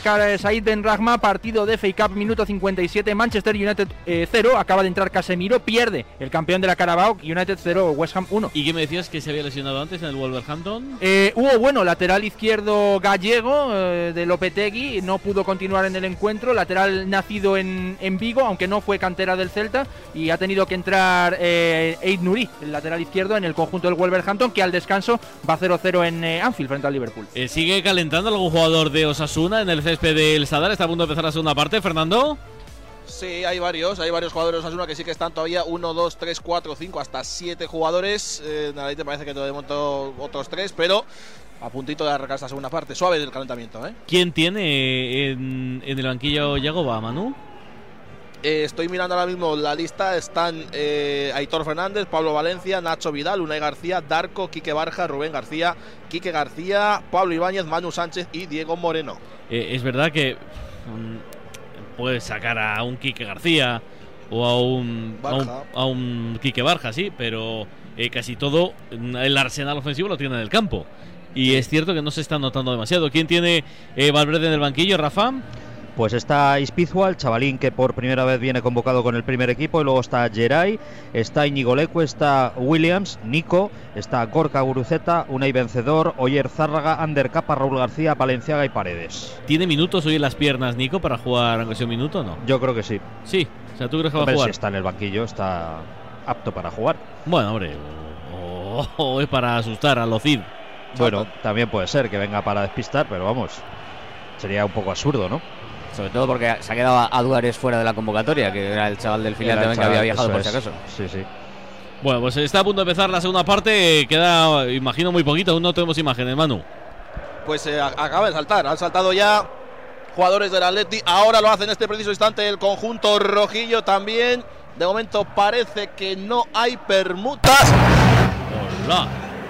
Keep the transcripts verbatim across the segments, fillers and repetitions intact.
marcar eh, Said Benrahma. Partido de F A Cup, minuto cincuenta y siete, Manchester United eh, cero, acaba de entrar Casemiro, pierde el campeón de la Carabao, United cero, West Ham uno. ¿Y qué me decías que se había lesionado antes en el Wolverhampton? Eh, hubo, bueno, lateral izquierdo gallego eh, de Lopetegui, no pudo continuar en el encuentro, lateral nacido en, en Vigo, aunque no fue cantera del Celta, y ha tenido que entrar eh, Eid Nuri, el lateral izquierdo, en el conjunto del Wolverhampton, que al descanso va cero cero en eh, Anfield frente al Liverpool. Eh, ¿Sigue calentando algún jugador de Osasuna en el césped del Sadar? ¿Está a punto de empezar la segunda parte, Fernando? Sí, hay varios, hay varios jugadores de Osasuna que sí que están todavía uno, dos, tres, cuatro, cinco, hasta siete jugadores. Eh, Nadie te parece que de momento otros tres, pero a puntito de arrancar esta segunda parte, suave del calentamiento, ¿eh? ¿Quién tiene en, en el banquillo Yagoba, Manu? Eh, estoy mirando ahora mismo la lista, están eh, Aitor Fernández, Pablo Valencia, Nacho Vidal, Unai García, Darko, Quique Barja, Rubén García, Quique García, Pablo Ibáñez, Manu Sánchez y Diego Moreno. Eh, es verdad que um, puedes sacar a un Quique García o a un, a un, a un Quique Barja, sí, pero eh, casi todo el arsenal ofensivo lo tiene en el campo. Y es cierto que no se está notando demasiado. ¿Quién tiene eh, Valverde en el banquillo, Rafa? Pues está Ispizua, el chavalín que por primera vez viene convocado con el primer equipo, y luego está Geray, está Íñigo Leque, está Williams, Nico, está Gorka Guruceta, Unai Vencedor, Oyer Zárraga, Ander Capa, Raúl García, Valenciaga y Paredes. ¿Tiene minutos hoy en las piernas, Nico, para jugar aunque sea un minuto o no? Yo creo que sí. Sí, o sea, ¿tú crees que hombre, va a jugar? Si está en el banquillo, está apto para jugar. Bueno, hombre, o, o, o es para asustar a los Cid. Bueno, también puede ser que venga para despistar, pero vamos, sería un poco absurdo, ¿no? Sobre todo porque se ha quedado a Duares fuera de la convocatoria, que era el chaval del filial también que había viajado por si acaso. Sí, sí. Bueno, pues está a punto de empezar la segunda parte. Queda, imagino, muy poquito. Aún no tenemos imágenes, Manu. Pues eh, acaba de saltar. Han saltado ya jugadores del Atleti. Ahora lo hace en este preciso instante el conjunto rojillo también. De momento parece que no hay permutas. Hola.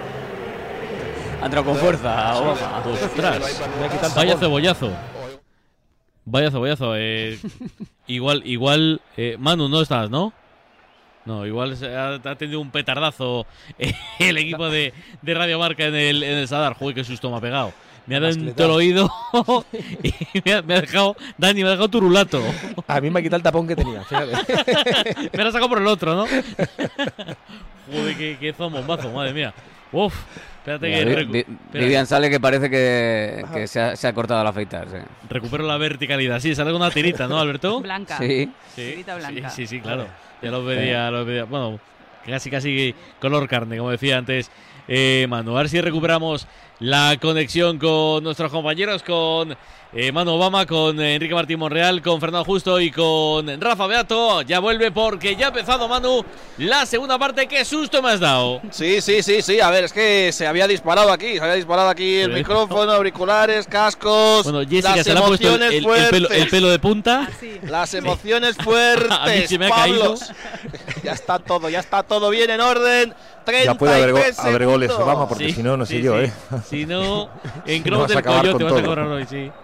Ha entrado con fuerza. Ostras. Vaya cebollazo. Vaya cebollazo. Eh, igual, igual. Eh, Manu, no estás, ¿no? No, igual ha, ha tenido un petardazo eh, el equipo de, de Radio Marca en el, en el Sadar. Joder, qué susto me ha pegado. Me ha dado en todo el oído y me ha, me ha dejado, Dani, me ha dejado turulato. A mí me ha quitado el tapón que tenía, fíjate. Me lo ha sacado por el otro, ¿no? Joder, qué, qué zambombazo, madre mía. Uf, espérate Mira, que... vi, vi, Vivian sale que parece que, que se, ha, se ha cortado al afeitar. Sí. Recupero la verticalidad. Sí, sale con una tirita, ¿no, Alberto? Blanca. Sí. Sí, tirita blanca. Sí, sí, sí, claro. Ya lo pedía, lo pedía. Bueno, casi, casi color carne, como decía antes eh, Manu. A ver si recuperamos la conexión con nuestros compañeros, con eh, Manu Obama, con eh, Enrique Martín Monreal, con Fernando Justo y con Rafa Beato. Ya vuelve porque ya ha empezado, Manu, la segunda parte. ¡Qué susto me has dado! Sí, sí, sí, sí. A ver, es que se había disparado aquí. Se había disparado aquí el sí. micrófono, auriculares, cascos. Bueno, Jessica las se le ha puesto el, el, el, pelo, el pelo de punta. Ah, sí. Las emociones fuertes. A mí se me ha Pablos. caído. Ya está todo, ya está todo bien en orden. Ya puede haber, go segundos. haber goles, Obama, porque Sí, si no, no sé sí, yo, sí. ¿eh? Si no, en Si no Cross vas a del acabar Coyote con vas a todo. cobrar hoy, sí.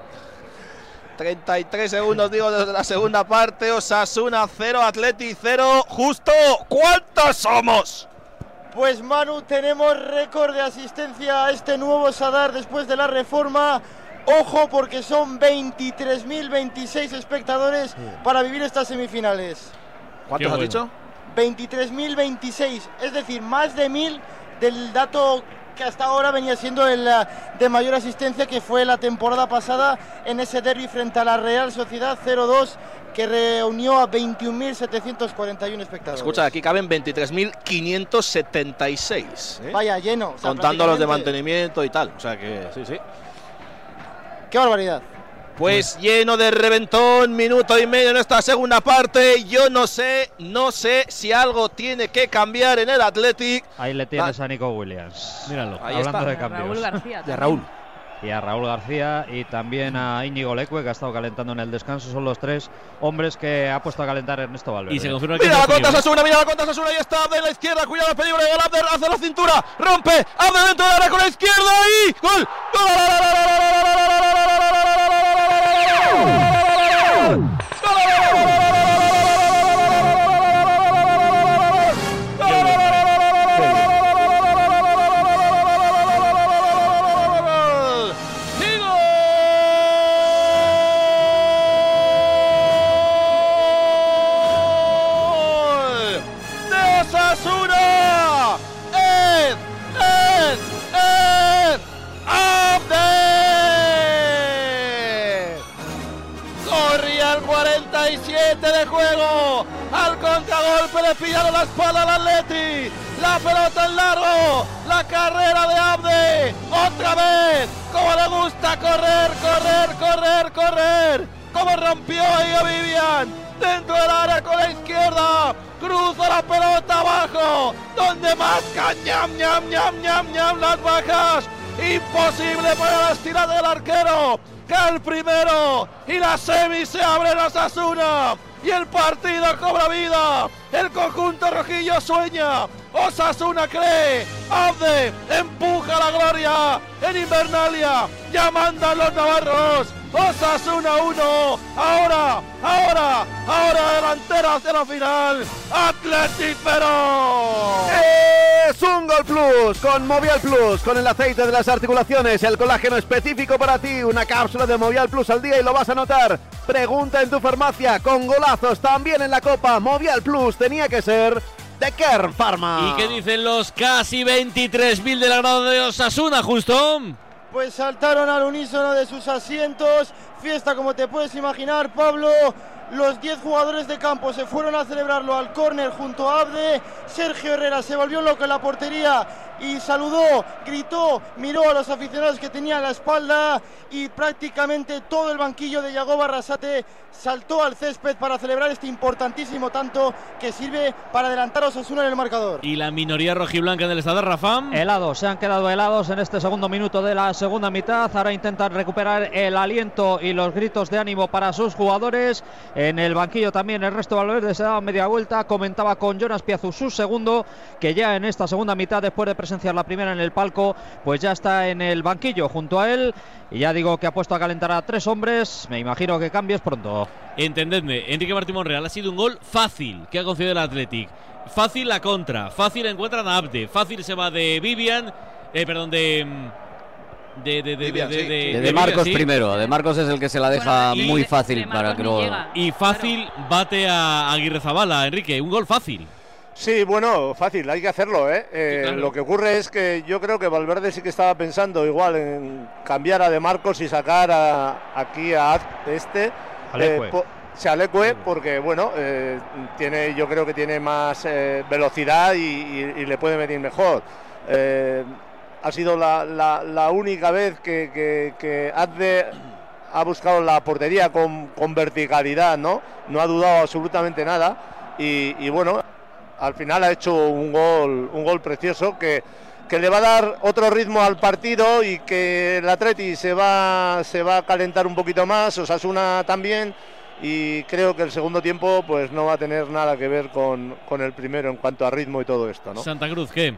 treinta y tres segundos, digo, desde la segunda parte. Osasuna cero, Atleti cero. Justo, ¿cuántos somos? Pues Manu, tenemos récord de asistencia a este nuevo Sadar después de la reforma. Ojo, porque son veintitrés mil veintiséis espectadores para vivir estas semifinales. ¿Cuántos has bueno. dicho? veintitrés mil veintiséis, es decir, más de mil del dato que hasta ahora venía siendo el de mayor asistencia, que fue la temporada pasada en ese derbi frente a la Real Sociedad cero dos, que reunió a veintiún mil setecientos cuarenta y uno espectadores. Escucha, aquí caben veintitrés mil quinientos setenta y seis. ¿eh? Vaya, lleno. O sea, contando los de prácticamente. mantenimiento y tal. O sea que, sí, sí. ¡Qué barbaridad! Pues lleno de reventón, minuto y medio en esta segunda parte. Yo no sé, no sé si algo tiene que cambiar en el Athletic. Ahí le tienes a Nico Williams. Míralo. Ahí Hablando está. de cambios. Raúl García. De Raúl. Y a Raúl García y también a Íñigo Leque, que ha estado calentando en el descanso. Son los tres hombres que ha puesto a calentar Ernesto Valverde. Y se confirma que Mira es la contra disponible. Sasuna, mira la contra Sasuna, y está de la izquierda, cuidado el peligro de Abder, hace la cintura, rompe, abre dentro del área con la izquierda y gol. al cuarenta y siete de juego. Al contragolpe le pillaron la espalda al Atleti. La pelota en largo. La carrera de Abde. Otra vez. Como le gusta correr, correr, correr, correr. Como rompió ahí a Vivian. Dentro del área con la izquierda. Cruza la pelota abajo. Donde más ñam, ñam, ñam, ñam, ñam las bajas. Imposible para las tiradas del arquero. Que el primero y la semi se abre en Osasuna. Y el partido cobra vida. El conjunto rojillo sueña. Osasuna cree. Abde empuja la gloria. En Invernalia ya mandan los navarros. Osasuna uno. Ahora, ahora, ahora delantera hacia la final. Athletic Fero. Es un Gol Plus con Movial Plus, con el aceite de las articulaciones, el colágeno específico para ti, una cápsula de Movial Plus al día y lo vas a notar. Pregunta en tu farmacia, con golazos también en la Copa. Movial Plus tenía que ser de Kern Pharma. ¿Y qué dicen los casi veintitrés mil del grado de Osasuna, justo? Pues saltaron al unísono de sus asientos. Fiesta como te puedes imaginar, Pablo. Los diez jugadores de campo se fueron a celebrarlo al córner junto a Abde. Sergio Herrera se volvió loco en la portería y saludó, gritó, miró a los aficionados que tenía a la espalda y prácticamente todo el banquillo de Yagoba Arrasate saltó al césped para celebrar este importantísimo tanto que sirve para adelantar a Osasuna en el marcador. ¿Y la minoría rojiblanca en el estadio, Rafa? Helados, se han quedado helados en este segundo minuto de la segunda mitad. Ahora intentan recuperar el aliento y los gritos de ánimo para sus jugadores. En el banquillo también el resto de Valverde se daba media vuelta. Comentaba con Jonas Piazu, su segundo, que ya en esta segunda mitad, después de presenciar la primera en el palco, pues ya está en el banquillo junto a él. Y ya digo que ha puesto a calentar a tres hombres. Me imagino que cambios pronto. Entendedme, Enrique Martín Monreal, ha sido un gol fácil que ha concedido el Athletic. Fácil la contra, fácil encuentran a Abde, fácil se va de Vivian, eh, perdón, de... De, de, de, Vivian, de, sí. de, de, de, de, de Marcos sí. primero. De Marcos es el que se la deja bueno, muy de, fácil para que luego. Y fácil bate a Aguirre Zabala, Enrique, un gol fácil. Sí, bueno, fácil, hay que hacerlo, ¿eh? eh sí, claro. Lo que ocurre es que yo creo que Valverde sí que estaba pensando igual en cambiar a De Marcos y sacar a, aquí a este. Alecue. Eh, po, se Alecue, porque bueno, eh, tiene, yo creo que tiene más eh, velocidad y, y, y le puede medir mejor. Eh, ha sido la, la, la única vez que, que, que Abde ha buscado la portería con, con verticalidad, ¿no? No ha dudado absolutamente nada y, y bueno, al final ha hecho un gol, un gol precioso que, que le va a dar otro ritmo al partido y que el Atleti se va, se va a calentar un poquito más, Osasuna también, y creo que el segundo tiempo pues no va a tener nada que ver con, con el primero en cuanto a ritmo y todo esto, ¿no? Santa Cruz, ¿qué?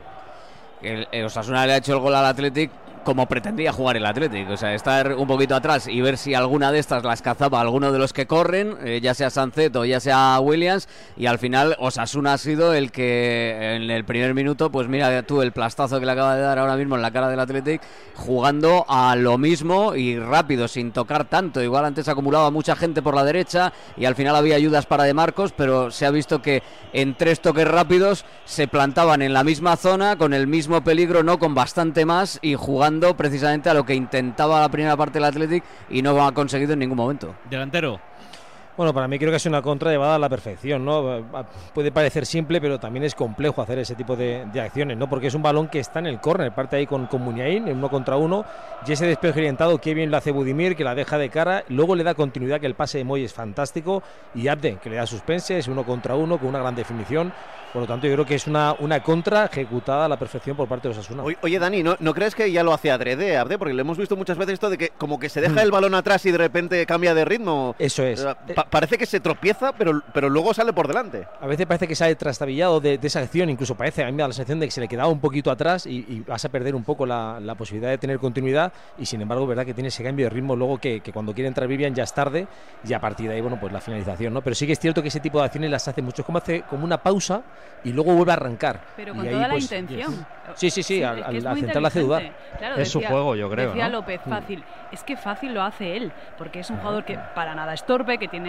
El, el Osasuna le ha hecho el gol al Athletic como pretendía jugar el Athletic, o sea, estar un poquito atrás y ver si alguna de estas las cazaba alguno de los que corren, eh, ya sea Sancet o ya sea Williams, y al final Osasuna ha sido el que en el primer minuto, pues mira tú el plastazo que le acaba de dar ahora mismo en la cara del Athletic, jugando a lo mismo y rápido, sin tocar tanto. Igual antes acumulaba mucha gente por la derecha y al final había ayudas para De Marcos, pero se ha visto que en tres toques rápidos se plantaban en la misma zona, con el mismo peligro, no con bastante más, y jugando precisamente a lo que intentaba la primera parte del Athletic y no ha conseguido en ningún momento. Delantero. Bueno, para mí creo que es una contra llevada a la perfección, ¿no? Puede parecer simple, pero también es complejo hacer ese tipo de, de acciones, ¿no? Porque es un balón que está en el córner, parte ahí con, con Muniain, en uno contra uno, y ese despeje orientado, qué bien lo hace Budimir, que la deja de cara, luego le da continuidad, que el pase de Moy es fantástico, y Abde, que le da suspense, es uno contra uno, con una gran definición. Por lo tanto, yo creo que es una, una contra ejecutada a la perfección por parte de Osasuna. Oye, Dani, ¿no, ¿no crees que ya lo hace adrede, Abde? Porque le hemos visto muchas veces esto de que como que se deja el balón atrás y de repente cambia de ritmo. Eso es. Pa parece que se tropieza, pero, pero luego sale por delante. A veces parece que sale trastabillado de, de esa acción, incluso parece, a mí me da la sensación de que se le quedaba un poquito atrás y, y vas a perder un poco la, la posibilidad de tener continuidad, y sin embargo, verdad que tiene ese cambio de ritmo luego que, que cuando quiere entrar Vivian ya es tarde, y a partir de ahí, bueno, pues la finalización, ¿no? Pero sí que es cierto que ese tipo de acciones las hace mucho, es como hace como una pausa y luego vuelve a arrancar. Pero con y ahí, toda pues, la intención. Sí, sí, sí, sí al, es que es al muy central hace dudar. Claro, es decía, su juego, yo creo. Decía ¿no? López, fácil. Es que fácil lo hace él, porque es un jugador que para nada es torpe, que tiene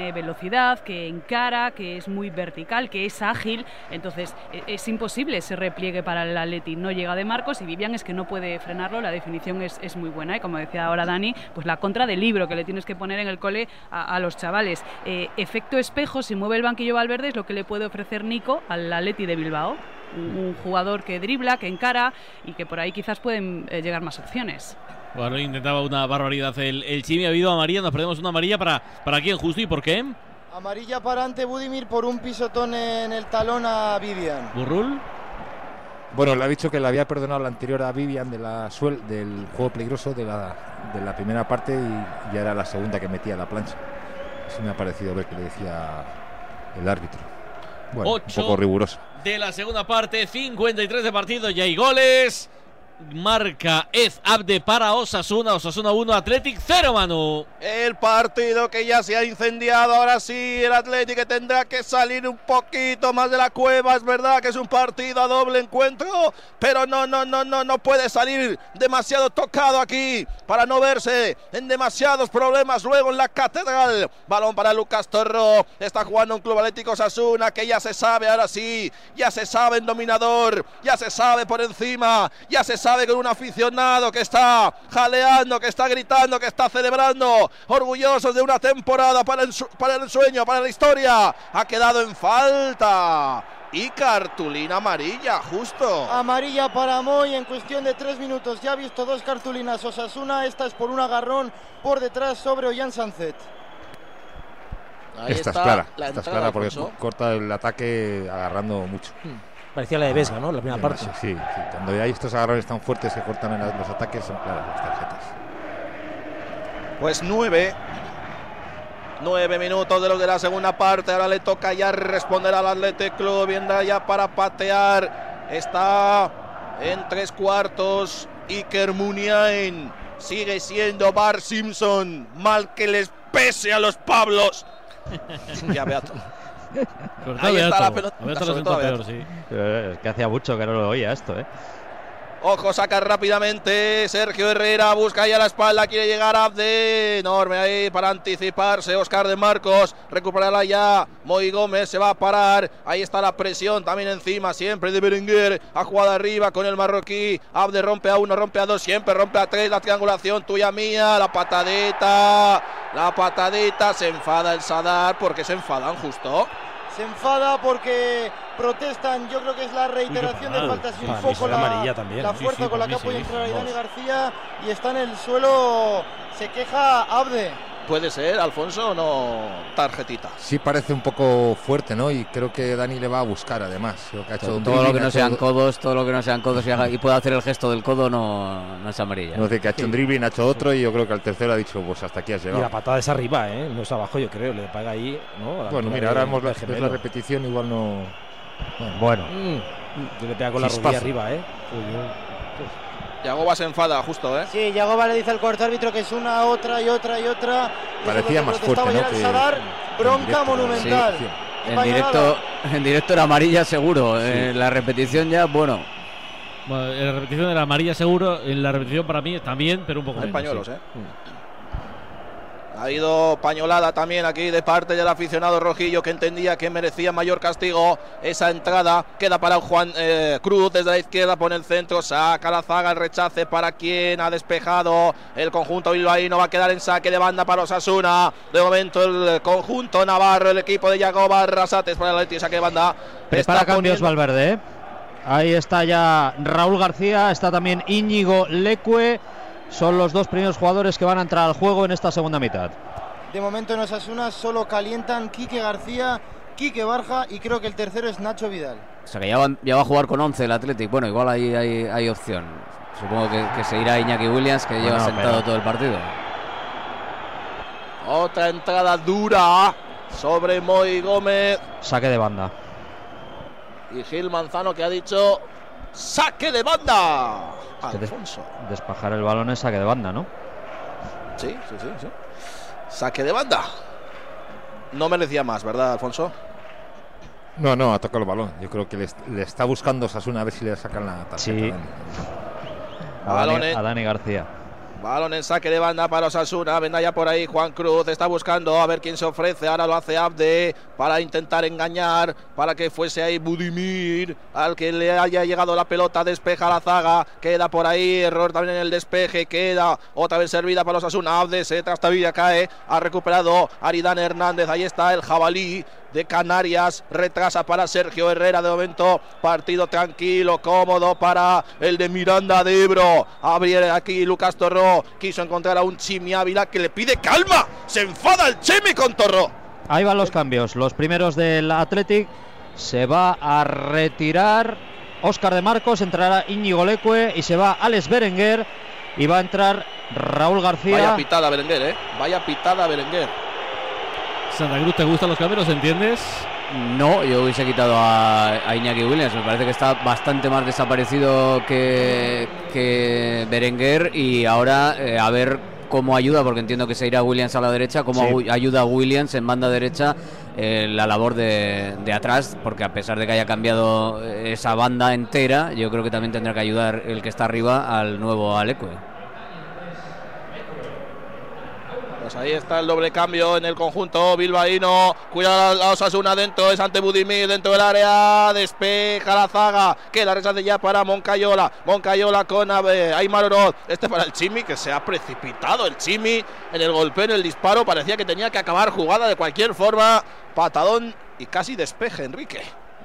tiene velocidad, que encara, que es muy vertical, que es ágil. Entonces es imposible ese repliegue para el Atleti. No llega de Marcos y Vivian es que no puede frenarlo. La definición es, es muy buena. Y como decía ahora Dani, pues la contra del libro que le tienes que poner en el cole a, a los chavales. Eh, efecto espejo, si mueve el banquillo Valverde, es lo que le puede ofrecer Nico al Atleti de Bilbao. Un, un jugador que dribla, que encara y que por ahí quizás pueden eh, llegar más opciones. Bueno, intentaba una barbaridad el, el Chimi. Ha habido amarilla, nos perdemos una amarilla. ¿Para, para quién, justo, y por qué? Amarilla para Ante Budimir por un pisotón en el talón a Vivian. ¿Burrul? Bueno, le ha dicho que le había perdonado la anterior a Vivian de la suel, del juego peligroso de la, de la primera parte y ya era la segunda que metía la plancha. Así me ha parecido ver que le decía el árbitro. Bueno, Ocho un poco riguroso. De la segunda parte, cincuenta y tres de partido, ya hay goles. Marca Ez Abde para Osasuna. Osasuna uno, Athletic cero, Manu. El partido que ya se ha incendiado. Ahora sí, el Athletic que tendrá que salir un poquito más de la cueva. Es verdad que es un partido a doble encuentro, pero no, no, no, no, no puede salir demasiado tocado aquí para no verse en demasiados problemas luego en la catedral. Balón para Lucas Torro. Está jugando un Club Atlético Osasuna que ya se sabe, ahora sí, ya se sabe en dominador, ya se sabe por encima, ya se sabe con un aficionado que está jaleando, que está gritando, que está celebrando, orgullosos de una temporada para el, para el sueño, para la historia. Ha quedado en falta y cartulina amarilla, justo. Amarilla para Moy en cuestión de tres minutos. Ya ha visto dos cartulinas Osasuna. Esta es por un agarrón por detrás sobre Ollán Sanzet. Ahí esta está es clara, esta es clara porque corta el ataque agarrando mucho. Hmm. Parecía la de Vesga, ¿no? La primera parte. Sí, sí, sí. Cuando hay estos agarrones tan fuertes que cortan en los ataques, son claras las tarjetas. Pues nueve. Nueve minutos de los de la segunda parte. Ahora le toca ya responder al Athletic Club. Viene ya para patear. Está en tres cuartos. Iker Muniain. Sigue siendo Bart Simpson. Mal que les pese a los Pablos. Ya Beato. Ahí está la pelota. Peor, sí. Es que hacía mucho que no lo oía esto, ¿eh? Ojo, saca rápidamente Sergio Herrera, busca ya la espalda, quiere llegar a Abde, enorme ahí para anticiparse Óscar de Marcos, recuperará ya Moy Gómez, se va a parar, ahí está la presión también encima siempre de Berenguer, ha jugado arriba con el marroquí, Abde rompe a uno, rompe a dos, siempre rompe a tres, la triangulación tuya mía, la patadita, la patadita, se enfada el Sadar, porque se enfadan justo. Se enfada porque protestan, yo creo que es la reiteración de faltas y un poco la, la fuerza sí, sí, con la que ha podido entrar ahí Dani García y está en el suelo, se queja Abde. Puede ser, Alfonso, o no tarjetita. Sí parece un poco fuerte, ¿no? Y creo que Dani le va a buscar además. Creo que ha hecho todo, un todo lo que no sean codos, todo lo que no sean codos y, haga, y pueda hacer el gesto del codo no, no es amarilla. No sé, que ha hecho sí. un dribbling, ha hecho otro y yo creo que al tercero ha dicho, pues hasta aquí has llegado. Y la patada es arriba, ¿eh? No es abajo, yo creo, le paga ahí, ¿no? Bueno, mira, ahora hemos la, la repetición, igual no... Bueno. bueno. Mm, yo le pega con Chispazo. La rodilla arriba, ¿eh? Uy, uy. Yagoba se enfada, justo, ¿eh? Sí, Yagoba le dice al cuarto árbitro que es una, otra y otra y otra. Parecía más fuerte, ¿no? Que Sadar, bronca directo, monumental. Sí, sí. En, directo, en directo era amarilla seguro. Sí. En la repetición ya, bueno. Bueno, en la repetición era amarilla seguro. En la repetición para mí también, pero un poco Hay menos. pañuelos, sí. ¿eh? Mm. Ha ido pañolada también aquí de parte del aficionado rojillo que entendía que merecía mayor castigo esa entrada. Queda para Juan eh, Cruz desde la izquierda, pone el centro, saca la zaga, el rechace para quien ha despejado el conjunto bilbaíno. Va a quedar en saque de banda para Osasuna. De momento el conjunto navarro, el equipo de Yagoba Arrasates para el Atleti, saque de banda. Prepara cambios poniendo... Valverde, ¿eh? Ahí está ya Raúl García, está también Íñigo Leque. Son los dos primeros jugadores que van a entrar al juego en esta segunda mitad. De momento en Osasuna solo calientan Quique García, Quique Barja y creo que el tercero es Nacho Vidal. O sea que ya, van, ya va a jugar con once el Athletic. Bueno, igual hay, hay, hay opción. Supongo que, que se irá Iñaki Williams, que bueno, lleva sentado pero... todo el partido. Otra entrada dura sobre Moy Gómez. Saque de banda. Y Gil Manzano que ha dicho saque de banda. Alfonso. Despajar el balón es saque de banda, ¿no? Sí, sí, sí, sí. Saque de banda. No merecía más, ¿verdad, Alfonso? No, no, ha tocado el balón. Yo creo que le, le está buscando Osasuna a ver si le sacan la tarjeta. Sí. A Dani, a Dani García. Balón en saque de banda para Osasuna. Venga ya por ahí Juan Cruz. Está buscando a ver quién se ofrece. Ahora lo hace Abde para intentar engañar. Para que fuese ahí Budimir. Al que le haya llegado la pelota. Despeja la zaga. Queda por ahí. Error también en el despeje. Queda otra vez servida para Osasuna. Abde se trastabilla, cae. Ha recuperado Aridane Hernández. Ahí está el jabalí de Canarias, retrasa para Sergio Herrera. De momento partido tranquilo, cómodo para el de Miranda de Ebro. Abre aquí Lucas Torró, quiso encontrar a un Chimi Ávila que le pide calma, se enfada el Chimi con Torró. Ahí van los cambios, los primeros del Athletic. Se va a retirar Óscar de Marcos, entrará Íñigo Leque y se va Alex Berenguer y va a entrar Raúl García. Vaya pitada Berenguer, eh, vaya pitada Berenguer. Santa Cruz, ¿te gustan los cambios? ¿Entiendes? No, yo hubiese quitado a, a Iñaki Williams. Me parece que está bastante más desaparecido que, que Berenguer. Y ahora eh, a ver cómo ayuda, porque entiendo que se irá Williams a la derecha. Cómo sí. ayuda a Williams en banda derecha eh, la labor de, de atrás. Porque a pesar de que haya cambiado esa banda entera, yo creo que también tendrá que ayudar el que está arriba al nuevo Aleque. Pues ahí está el doble cambio en el conjunto bilbaíno. Cuidado a Osasuna dentro, es ante Budimir dentro del área. Despeja la zaga. Queda rechace ya para Moncayola. Moncayola con Aymar Oroz. Este para el Chimi, que se ha precipitado el Chimi en el golpeo, en el disparo. Parecía que tenía que acabar jugada de cualquier forma. Patadón y casi despeje, Enrique.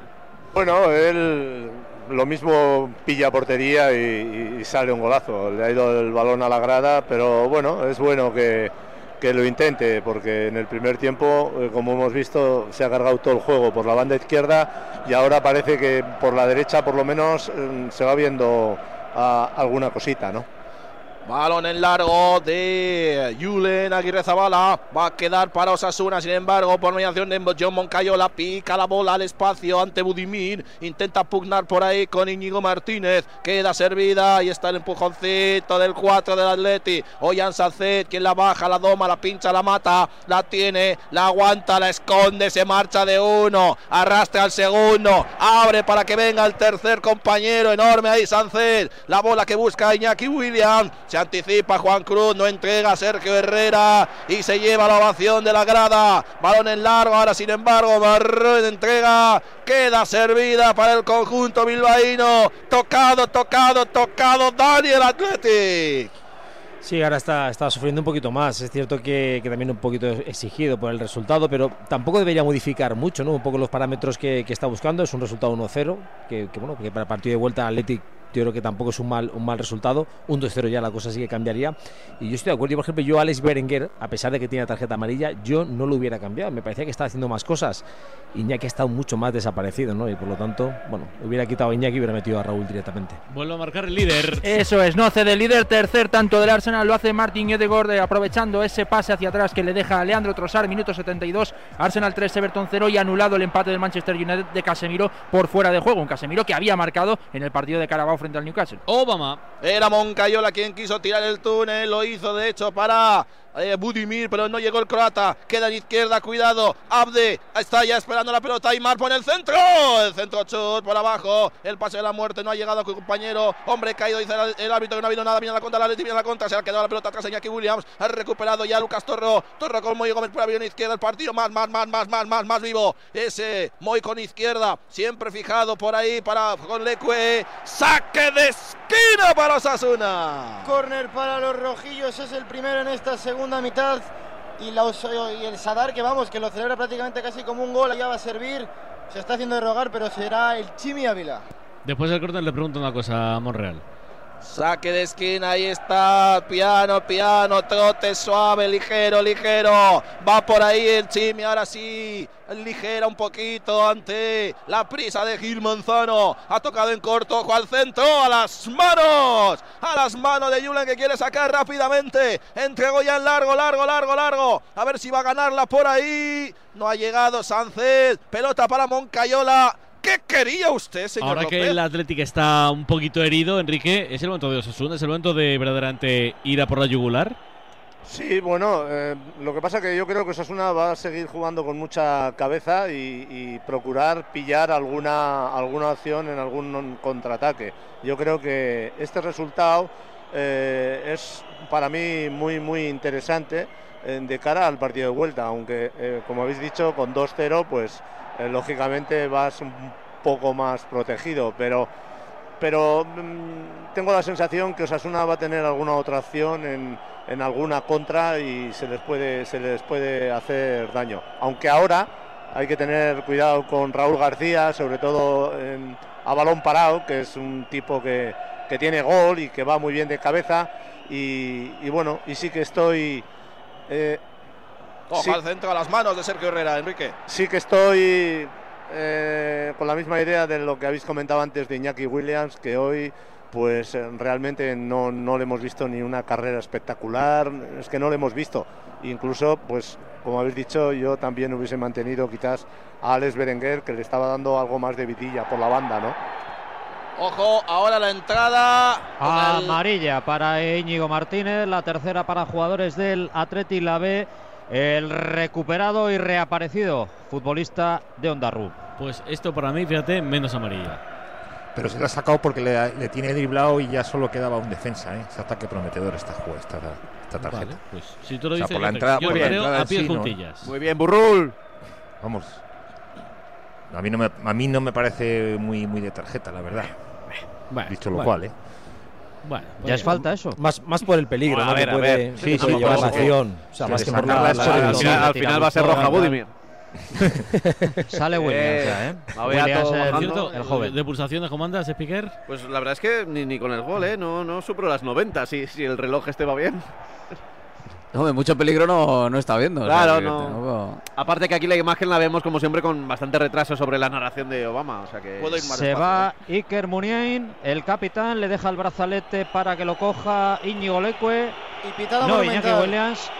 Bueno, él lo mismo pilla portería y, y sale un golazo. Le ha ido el balón a la grada, pero bueno, es bueno que que lo intente, porque en el primer tiempo, eh, como hemos visto, se ha cargado todo el juego por la banda izquierda y ahora parece que por la derecha por lo menos eh, se va viendo a, alguna cosita, ¿no? Balón en largo de Julen Aguirre Zabala. Va a quedar para Osasuna, sin embargo, por mediación de John Moncayola. Pica la bola al espacio ante Budimir. Intenta pugnar por ahí con Íñigo Martínez. Queda servida y está el empujoncito del cuatro del Atleti. Ollán Sacet, quien la baja, la doma, la pincha, la mata. La tiene, la aguanta, la esconde. Se marcha de uno. Arrastra al segundo. Abre para que venga el tercer compañero. Enorme ahí Sancet. La bola que busca Iñaki Williams. Se anticipa Juan Cruz, no entrega a Sergio Herrera y se lleva la ovación de la grada. Balón en largo, ahora sin embargo Marrón entrega, queda servida para el conjunto bilbaíno. Tocado, tocado, tocado Daniel Athletic. Sí, ahora está, está sufriendo un poquito más. Es cierto que, que también un poquito exigido por el resultado, pero tampoco debería modificar mucho, ¿no? Un poco los parámetros que, que está buscando. Es un resultado uno cero, que, que bueno, que para el partido de vuelta Athletic yo creo que tampoco es un mal, un mal resultado. Un dos cero ya la cosa sí que cambiaría. Y yo estoy de acuerdo. Yo, por ejemplo, yo a Alex Berenguer, a pesar de que tiene tarjeta amarilla, yo no lo hubiera cambiado. Me parecía que estaba haciendo más cosas. Iñaki ha estado mucho más desaparecido, ¿no? Y por lo tanto, bueno, hubiera quitado a Iñaki y hubiera metido a Raúl directamente. Vuelve a marcar el líder. Eso es, no cede el líder. Tercer tanto del Arsenal lo hace Martin Ødegaard, aprovechando ese pase hacia atrás que le deja a Leandro Trossard, minuto setenta y dos. Arsenal tres, Everton cero, y anulado el empate del Manchester United de Casemiro por fuera de juego. Un Casemiro que había marcado en el partido de Carabao frente al Newcastle. Obama. Era Moncayola quien quiso tirar el túnel, lo hizo de hecho para eh, Budimir, pero no llegó el croata. Queda en izquierda, cuidado. Abde está ya esperando la pelota. Aymar pone el centro. El centro chut por abajo. El pase de la muerte no ha llegado a su compañero. Hombre caído, dice el, el árbitro que no ha habido nada. Viene la contra, la Leti viene la contra. Se ha quedado la pelota atrás Iñaki Williams. Ha recuperado ya Lucas Torró. Torró con Moy Gómez por la vía izquierda. El partido más, más, más, más, más, más, más vivo. Ese Moy con izquierda. Siempre fijado por ahí para con Leque. Saque de esquina para Osasuna. Córner para los rojillos. Es el primero en esta segunda mitad. Y, la, y el Sadar, que vamos, que lo celebra prácticamente casi como un gol. Ya va a servir. Se está haciendo de rogar, pero será el Chimi Ávila. Después del córner le pregunto una cosa a Monreal. Saque de esquina, ahí está, piano, piano, trote suave, ligero, ligero. Va por ahí el Chimi, ahora sí, ligera un poquito ante la prisa de Gil Manzano. Ha tocado en corto, ojo al centro, a las manos, a las manos de Julen, que quiere sacar rápidamente. Entregó ya en largo, largo, largo, largo. A ver si va a ganarla por ahí. No ha llegado Sánchez, pelota para Moncayola. ¿Qué quería usted, señor Ahora López? Que el Athletic está un poquito herido, Enrique, ¿es el momento de Osasuna? ¿Es el momento de verdaderamente ir a por la yugular? Sí, bueno, eh, lo que pasa que yo creo que Osasuna va a seguir jugando con mucha cabeza y, y procurar pillar alguna, alguna acción en algún contraataque. Yo creo que este resultado eh, es para mí muy muy interesante eh, de cara al partido de vuelta, aunque eh, como habéis dicho con dos cero pues eh, lógicamente vas un poco más protegido, pero pero mmm, tengo la sensación que Osasuna va a tener alguna otra acción en, en alguna contra y se les puede se les puede hacer daño, aunque ahora hay que tener cuidado con Raúl García, sobre todo en, a balón parado, que es un tipo que, que tiene gol y que va muy bien de cabeza. Y, y bueno, y sí que estoy... Eh, Coja sí, el centro a las manos de Sergio Herrera, Enrique. Sí que estoy eh, con la misma idea de lo que habéis comentado antes de Iñaki Williams, que hoy pues realmente no, no le hemos visto ni una carrera espectacular, es que no le hemos visto. Incluso, pues como habéis dicho, yo también hubiese mantenido quizás a Alex Berenguer, que le estaba dando algo más de vidilla por la banda, ¿no? Ojo, ahora la entrada. Amarilla para Íñigo Martínez, la tercera para jugadores del Athletic La B, el recuperado y reaparecido futbolista de Ondarrú. Pues esto para mí, fíjate, menos amarilla. Pero se la ha sacado porque le, le tiene driblado y ya solo quedaba un defensa, ¿eh? Ese ataque prometedor esta, esta, esta tarjeta. Vale, pues si tú lo dices, o sea, por la entrada, yo por creo la entrada a pies sí, juntillas. ¿no? Muy bien, Burrul. Vamos. A mí no me, a mí no me parece muy, muy de tarjeta, la verdad. Bueno, Dicho lo bueno. cual, ¿eh? Bueno, ¿Ya es falta eso? Más, más por el peligro, Bueno, ¿no? a ver, que a puede, ver. que Sí, puede sí, llevar por la eso acción. O sea, que más le que por sacan la, la la- televisión. Al final, al final va a ser roja Budimir. Sale Williams Eh, ya, ¿eh? a ver, a Williams, todo el, bajando. ¿Cierto? el joven. ¿De pulsaciones comandas, Speaker? Pues la verdad es que ni, ni con el gol, ¿eh? No, no supero las noventa, si, si el reloj este va bien. Hombre, mucho peligro no, no está viendo. o sea, Claro, que no. tampoco- Aparte que aquí la imagen la vemos como siempre con bastante retraso sobre la narración de Obama, o sea que Puedo ir más Se despacio, va Iker Muniain, el capitán, le deja el brazalete para que lo coja Íñigo Leque. Y pitada No, Iñaki monumental. Williams.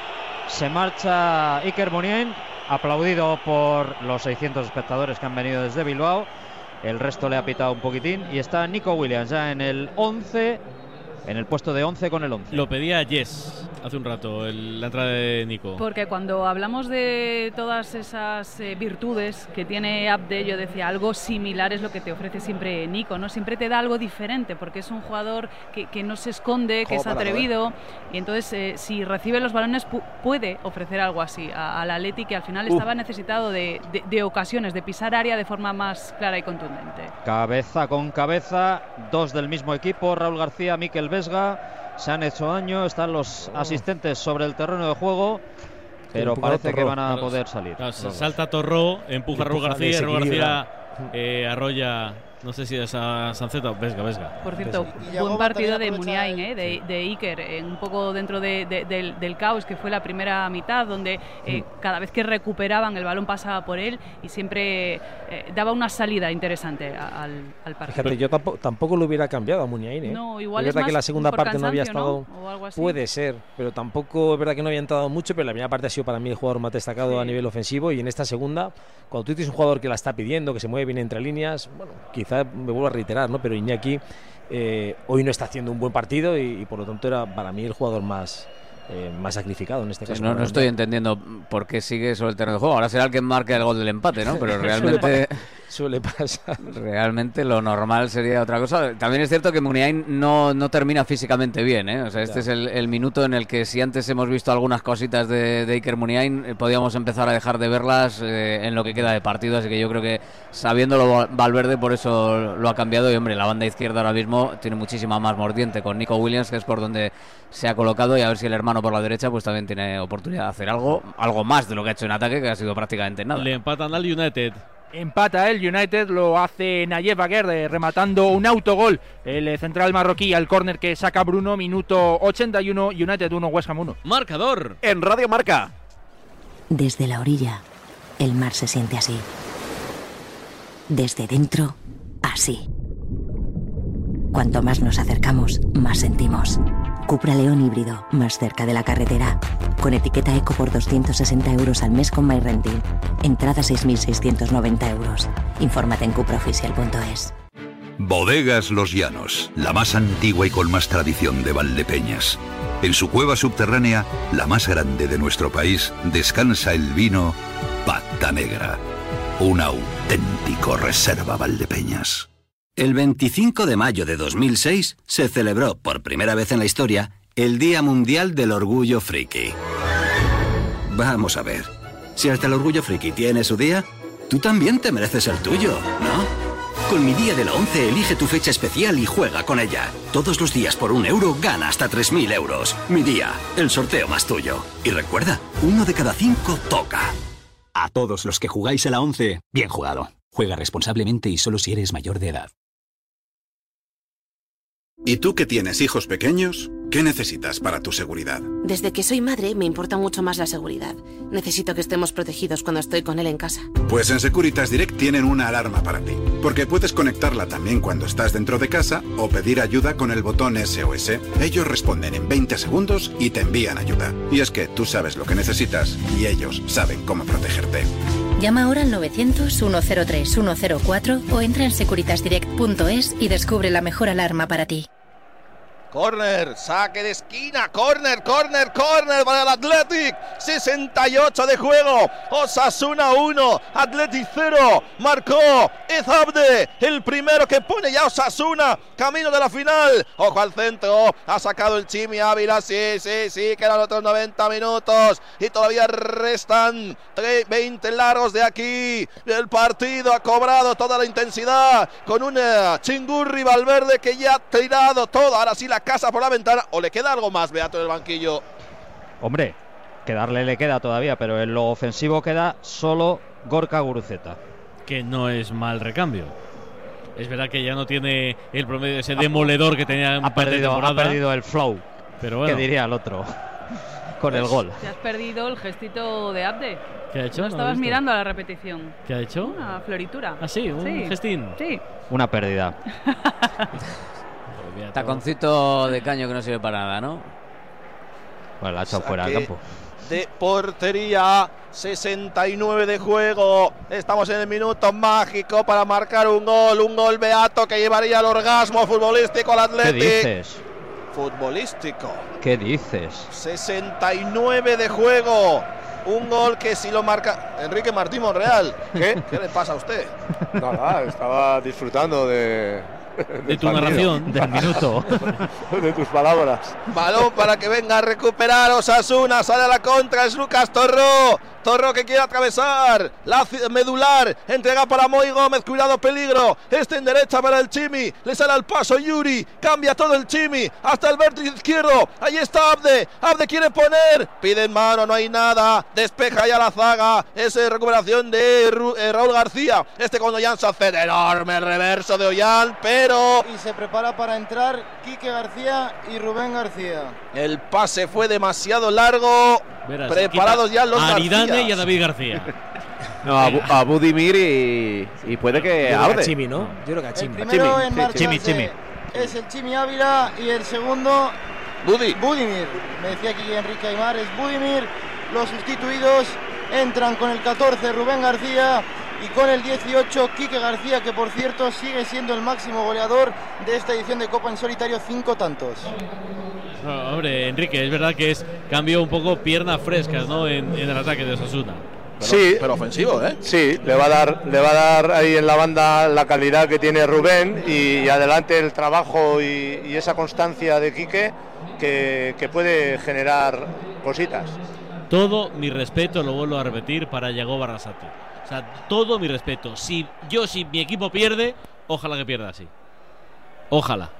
Se marcha Iker Muniain, aplaudido por los seiscientos espectadores que han venido desde Bilbao. El resto le ha pitado un poquitín. Y está Nico Williams ya en el once, en el puesto de once con el once. Lo pedía Yes hace un rato, el- la entrada de Nico. Porque cuando hablamos de todas esas eh, virtudes que tiene Abde, yo decía, algo similar es lo que te ofrece siempre Nico, ¿no? Siempre te da algo diferente, porque es un jugador que, que no se esconde, que Juego es parado, atrevido, y entonces eh, si recibe los balones pu- puede ofrecer algo así a- al Atleti, que al final Uh. estaba necesitado de, de- de ocasiones, de pisar área de forma más clara y contundente. Cabeza con cabeza, dos del mismo equipo, Raúl García, Mikel Vesga. Se han hecho daño, están los asistentes sobre el terreno de juego, pero un poco parece que Torró. van a Claro, poder salir. Claro, los dos. salta Torró, empuja a Raúl Empuja, García, Raúl desequilibra. García eh, arrolla, no sé si es a Sanceta o Vesga, Vesga. Por cierto, Y Yagoba buen partido de también aprovecha Muniain, el- ¿eh? de, de Iker, eh, un poco dentro de- de- del, del caos que fue la primera mitad, donde eh, cada vez que recuperaban el balón pasaba por él y siempre eh, daba una salida interesante a- al, al partido. Fíjate, yo tampoco, tampoco lo hubiera cambiado a Muniain, ¿eh? No, igual es es verdad que más la segunda por parte no había cansancio, estado. ¿no? O algo así. Puede ser, pero tampoco es verdad que no había entrado mucho, pero la primera parte ha sido para mí el jugador más destacado Sí. a nivel ofensivo y en esta segunda, cuando tú tienes un jugador que la está pidiendo, que se mueve bien entre líneas, bueno, quizás me vuelvo a reiterar, ¿no? Pero Iñaki eh, hoy no está haciendo un buen partido y, y por lo tanto era para mí el jugador más, eh, más sacrificado en este Sí, caso. no, no estoy entendiendo por qué sigue sobre el terreno de juego. Ahora será el que marque el gol del empate, ¿no? Pero realmente, Suele pasar. realmente lo normal sería otra cosa. También es cierto que Muniain no, no termina físicamente bien, ¿eh? O sea, este Ya. es el, el minuto en el que si antes hemos visto algunas cositas de, de Iker Muniain, eh, podíamos empezar a dejar de verlas eh, en lo que queda de partido. Así que yo creo que sabiéndolo Valverde por eso lo ha cambiado. Y hombre, la banda izquierda ahora mismo tiene muchísima más mordiente con Nico Williams, que es por donde se ha colocado, y a ver si el hermano por la derecha pues también tiene oportunidad de hacer algo, algo más de lo que ha hecho en ataque, que ha sido prácticamente nada. Le empatan al United. Empata el United, lo hace Nayef Aguirre rematando un autogol. El central marroquí al córner que saca Bruno, minuto ochenta y uno, United uno, West Ham uno. Marcador. En Radio Marca. Desde la orilla, el mar se siente así. Desde dentro, así. Cuanto más nos acercamos, más sentimos. Cupra León híbrido, más cerca de la carretera. Con etiqueta eco por doscientos sesenta euros al mes con MyRenting. Entrada seis mil seiscientos noventa euros. Infórmate en cupraoficial punto es. Bodegas Los Llanos, la más antigua y con más tradición de Valdepeñas. En su cueva subterránea, la más grande de nuestro país, descansa el vino Pata Negra, un auténtico reserva Valdepeñas. El veinticinco de mayo de dos mil seis se celebró por primera vez en la historia el Día Mundial del Orgullo Friki. Vamos a ver, si hasta el Orgullo Friki tiene su día, tú también te mereces el tuyo, ¿no? Con mi Día de la once elige tu fecha especial y juega con ella. Todos los días por un euro gana hasta tres mil euros. Mi Día, el sorteo más tuyo. Y recuerda, uno de cada cinco toca. A todos los que jugáis a la once, bien jugado. Juega responsablemente y solo si eres mayor de edad. ¿Y tú que tienes hijos pequeños? ¿Qué necesitas para tu seguridad? Desde que soy madre me importa mucho más la seguridad. Necesito que estemos protegidos cuando estoy con él en casa. Pues en Securitas Direct tienen una alarma para ti, porque puedes conectarla también cuando estás dentro de casa o pedir ayuda con el botón S O S. Ellos responden en veinte segundos y te envían ayuda. Y es que tú sabes lo que necesitas y ellos saben cómo protegerte. Llama ahora al novecientos, ciento tres, ciento cuatro o entra en securitas direct punto es y descubre la mejor alarma para ti. Córner, saque de esquina, córner, córner, córner para el Athletic, sesenta y ocho de juego, Osasuna uno, Athletic cero, marcó Ezabde, el primero que pone ya Osasuna, camino de la final, ojo al centro, ha sacado el Chimi Ávila, sí, sí, sí, quedan otros noventa minutos y todavía restan veinte largos de aquí, el partido ha cobrado toda la intensidad, con un Chingurri Valverde que ya ha tirado todo, ahora sí la casa por la ventana, o le queda algo más, Beato, del banquillo. Hombre, quedarle le queda todavía, pero en lo ofensivo queda solo Gorka Guruceta. Que no es mal recambio. Es verdad que ya no tiene el promedio, ese demoledor que tenía en ha perdido, temporada. Ha perdido el flow, pero bueno, que diría el otro, con pues el gol. Te has perdido el gestito de Abde. ¿Qué ha hecho? No ¿No estabas visto? mirando a la repetición. ¿Qué ha hecho? Una floritura. Ah, sí, un sí. gestín. Sí. Una pérdida. Taconcito de caño que no sirve para nada, ¿no? Bueno, la ha echado fuera del campo. De portería, sesenta y nueve de juego. Estamos en el minuto mágico para marcar un gol. Un gol, Beato, que llevaría al orgasmo futbolístico al Athletic. ¿Qué dices? Futbolístico. ¿Qué dices? sesenta y nueve de juego. Un gol que si lo marca Enrique Martín Monreal. ¿Qué? ¿Qué le pasa a usted? Nada, estaba disfrutando de... De tu narración, del minuto. De tus palabras. Balón para que venga a recuperar Osasuna. Sale a la contra, es Lucas Torró. Torró que quiere atravesar la medular. Entrega para Moy Gómez. Cuidado, peligro. Este en derecha para el Chimi. Le sale al paso Yuri. Cambia todo el Chimi. Hasta el vértice izquierdo. Ahí está Abde. Abde quiere poner. Pide en mano, no hay nada. Despeja ya la zaga. Esa recuperación de Ru eh, Raúl García. Este con Ollán se hace enorme reverso de Ollán. Pero. Y se prepara para entrar Quique García y Rubén García. El pase fue demasiado largo. Verás, preparados ya los a Aridane Garcías. y a David García. No, a, Bu a Budimir y, y puede que Yo creo que Aude. a Chimi, ¿no? Yo creo que a El Chimi. primero Chimi, en sí, marcharse Chimi, Chimi. es el Chimi Ávila y el segundo Budi. Budimir. Me decía aquí Enrique Aymar, es Budimir. Los sustituidos entran con el catorce Rubén García y con el dieciocho Quique García, que por cierto sigue siendo el máximo goleador de esta edición de Copa en solitario, cinco tantos. No, hombre, Enrique, es verdad que es cambio un poco piernas frescas, ¿no? En, en el ataque de Osasuna. Pero, Sí, pero ofensivo, ¿eh? Sí, le va a dar, le va a dar ahí en la banda la calidad que tiene Rubén y adelante el trabajo y, y esa constancia de Quique que, que puede generar cositas. Todo mi respeto, lo vuelvo a repetir, para Yago Barrasate. O sea, todo mi respeto. Si yo, si mi equipo pierde, ojalá que pierda así. Ojalá.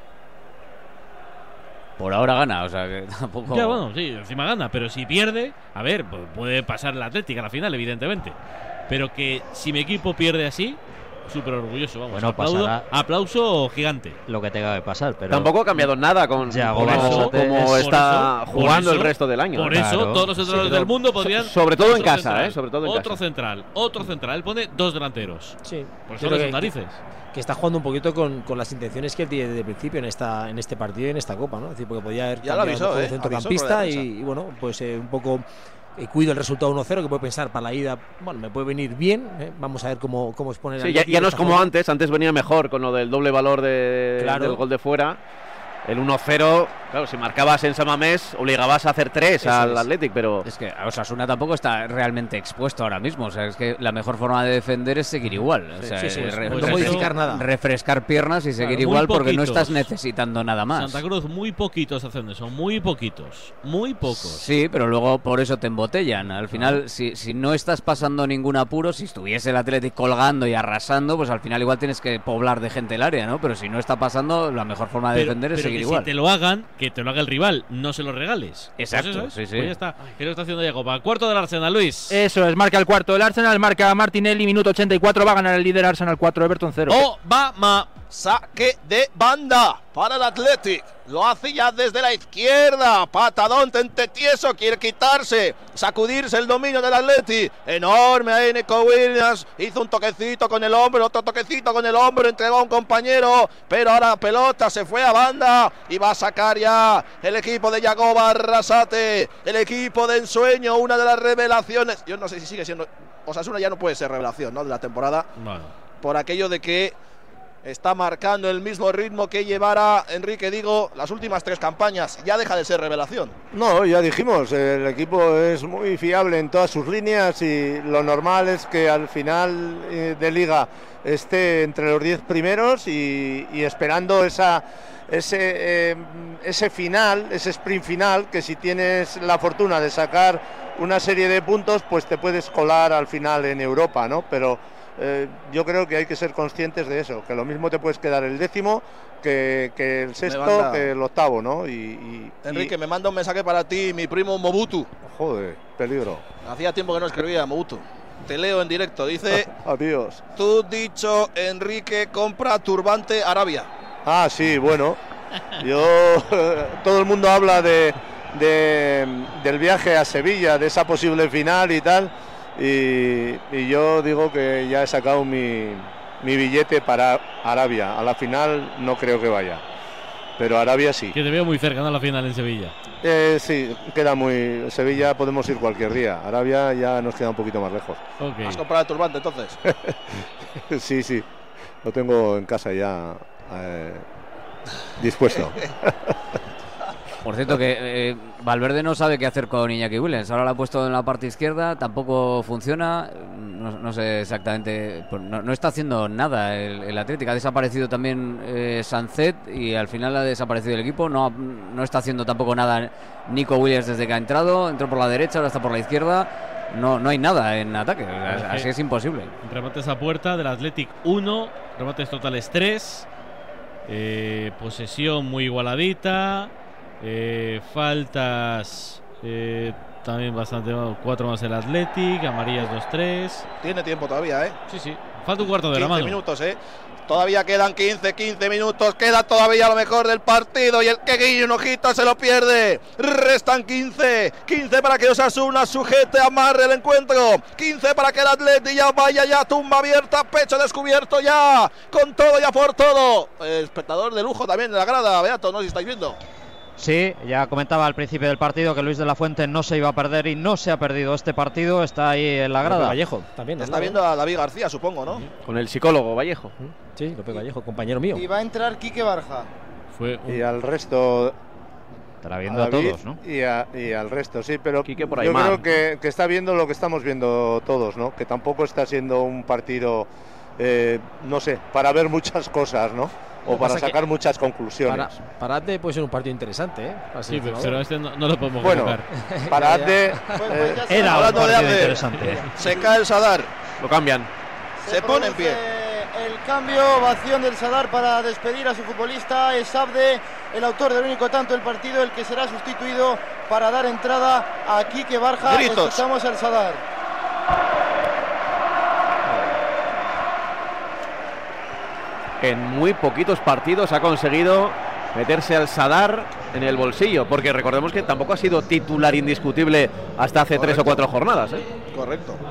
Por ahora gana, o sea que tampoco. Ya, bueno, sí, encima gana, pero si pierde, a ver, pues puede pasar el Atlético a la final, evidentemente. Pero que si mi equipo pierde así, súper orgulloso, vamos. Bueno, aplaudo, pasará aplauso gigante. Lo que tenga que pasar, pero Tampoco ha cambiado nada con Ya, como, Barrasate como es- está por eso- jugando por el eso- resto del año. Por ¿eh? eso Claro. todos los entrenadores Sí, del mundo podrían. so- sobre todo en otro casa, central, ¿eh? Sobre todo en otro casa. central, otro central. Él pone dos delanteros. Sí. Por Yo eso creo de sus que- narices. que está jugando un poquito con, con las intenciones que él tiene desde el principio en esta en este partido y en esta Copa, ¿no? Es decir, porque podía haber Ya lo cambiado avisó, de ¿eh? centrocampista Avisó por la y, y bueno, pues eh, un poco eh, cuido el resultado uno cero, que puede pensar para la ida, bueno, me puede venir bien, ¿eh? Vamos a ver cómo, cómo expone el Sí, ya, Atleti, ya no es está como jugando. antes, antes venía mejor con lo del doble valor de, Claro. del gol de fuera. El uno cero, claro, si marcabas en San Mamés, obligabas a hacer tres Eso al es. Athletic, pero... Es que Osasuna tampoco está realmente expuesto ahora mismo. O sea, es que la mejor forma de defender es seguir igual. O sea, Sí, sí, re- no re- modificar nada. Refrescar piernas y seguir Claro, igual muy porque no poquitos. estás necesitando nada más. Santa Cruz, muy poquitos hacen eso, muy poquitos, muy pocos. Sí, pero luego por eso te embotellan. Al final, si, si no estás pasando ningún apuro, si estuviese el Athletic colgando y arrasando, pues al final igual tienes que poblar de gente el área, ¿no? Pero si no está pasando, la mejor forma de Pero, defender es pero seguir que igual. si te lo hagan, que te lo haga el rival, no se lo regales. Exacto, Pues eso es. sí, sí. Pues ya está. ¿Qué es lo que está haciendo Diego? Para el cuarto del Arsenal, Luis. Eso es, marca el cuarto del Arsenal, marca Martinelli, minuto ochenta y cuatro, va a ganar el líder Arsenal cuatro, Everton cero. Obama, saque de banda para el Athletic. Lo hace ya desde la izquierda. Patadón, tente tieso, quiere quitarse, sacudirse el dominio del Athletic. Enorme ahí Nico Williams. Hizo un toquecito con el hombro, otro toquecito con el hombro, entregó a un compañero. Pero ahora pelota se fue a banda y va a sacar ya el equipo de Yagoba Arrasate. El equipo de ensueño, una de las revelaciones. Yo no sé si sigue siendo. Osasuna ya no puede ser revelación, ¿no? De la temporada. Bueno. Por aquello de que está marcando el mismo ritmo que llevara Enrique Digo las últimas tres campañas. Ya deja de ser revelación. No, ya dijimos, el equipo es muy fiable en todas sus líneas y lo normal es que al final eh, de liga esté entre los diez primeros y, y esperando esa, ese, eh, ese final, ese sprint final, que si tienes la fortuna de sacar una serie de puntos, pues te puedes colar al final en Europa, ¿no? Pero Eh, yo creo que hay que ser conscientes de eso, que lo mismo te puedes quedar el décimo que, que el sexto, manda... que el octavo, ¿no? Y, y Enrique, y... me manda un mensaje para ti, mi primo Mobutu. Joder, peligro. Hacía tiempo que no escribía, Mobutu. Te leo en directo, dice... Adiós. Tú dicho, Enrique, compra turbante Arabia. Ah, sí, bueno. Yo... todo el mundo habla de, de del viaje a Sevilla, de esa posible final y tal. Y, y yo digo que ya he sacado mi, mi billete para Arabia. A la final no creo que vaya, pero Arabia sí. Que te veo muy cerca, ¿no? A la final en Sevilla. Eh, sí, queda muy... Sevilla podemos ir cualquier día. Arabia ya nos queda un poquito más lejos. Okay. ¿Has comprado el turbante entonces? Sí, sí. Lo tengo en casa ya eh, dispuesto. Por cierto que eh, Valverde no sabe qué hacer con Iñaki Williams. Ahora lo ha puesto en la parte izquierda, tampoco funciona. No, no sé exactamente, pues no, no está haciendo nada el, el Atlético. Ha desaparecido también eh, Sancet y al final ha desaparecido el equipo. No, no está haciendo tampoco nada Nico Williams desde que ha entrado. Entró por la derecha, ahora está por la izquierda. No, no hay nada en ataque. Así es imposible. Remates a puerta del Athletic uno, remates totales tres, eh, posesión muy igualadita. Eh, faltas eh, también bastante, cuatro más el Athletic, amarillas dos tres. Tiene tiempo todavía, ¿eh? Sí, sí. Falta un cuarto de la mano. quince minutos, ¿eh? Todavía quedan quince, quince minutos. Queda todavía lo mejor del partido. Y el que guiñe un ojito se lo pierde. Restan quince. quince para que Osasuna sujete, amarre el encuentro. quince para que el Atleti ya vaya ya. Tumba abierta, pecho descubierto ya. Con todo ya por todo. El espectador de lujo también de la grada. Beato, no sé si estáis viendo. Sí, ya comentaba al principio del partido que Luis de la Fuente no se iba a perder y no se ha perdido este partido, está ahí en la grada. López Vallejo también. Está viendo a David García, supongo, ¿no? Con el psicólogo Vallejo. Sí, López Vallejo, compañero mío. Y va a entrar Quique Barja. Fue un... Y al resto... Estará viendo a, a todos, ¿no? Y, a, y al resto, sí, pero Quique por ahí yo mal. creo que, que está viendo lo que estamos viendo todos, ¿no? Que tampoco está siendo un partido, eh, no sé, para ver muchas cosas, ¿no? O para sacar muchas conclusiones. Para, para Ate puede ser un partido interesante, ¿eh? Sí, pero, pero este no, no lo podemos bueno, colocar. Para Ate eh, era un partido de interesante. Se cae el Sadar. Lo cambian. Se, se pone en pie. El cambio, ovación del Sadar para despedir a su futbolista. Es Abde, el autor del único tanto del partido, el que será sustituido para dar entrada a Quique Barja. Gritos. Escuchamos al Sadar. En muy poquitos partidos ha conseguido meterse al Sadar en el bolsillo, porque recordemos que tampoco ha sido titular indiscutible hasta hace Correcto. tres o cuatro jornadas, ¿eh? Correcto.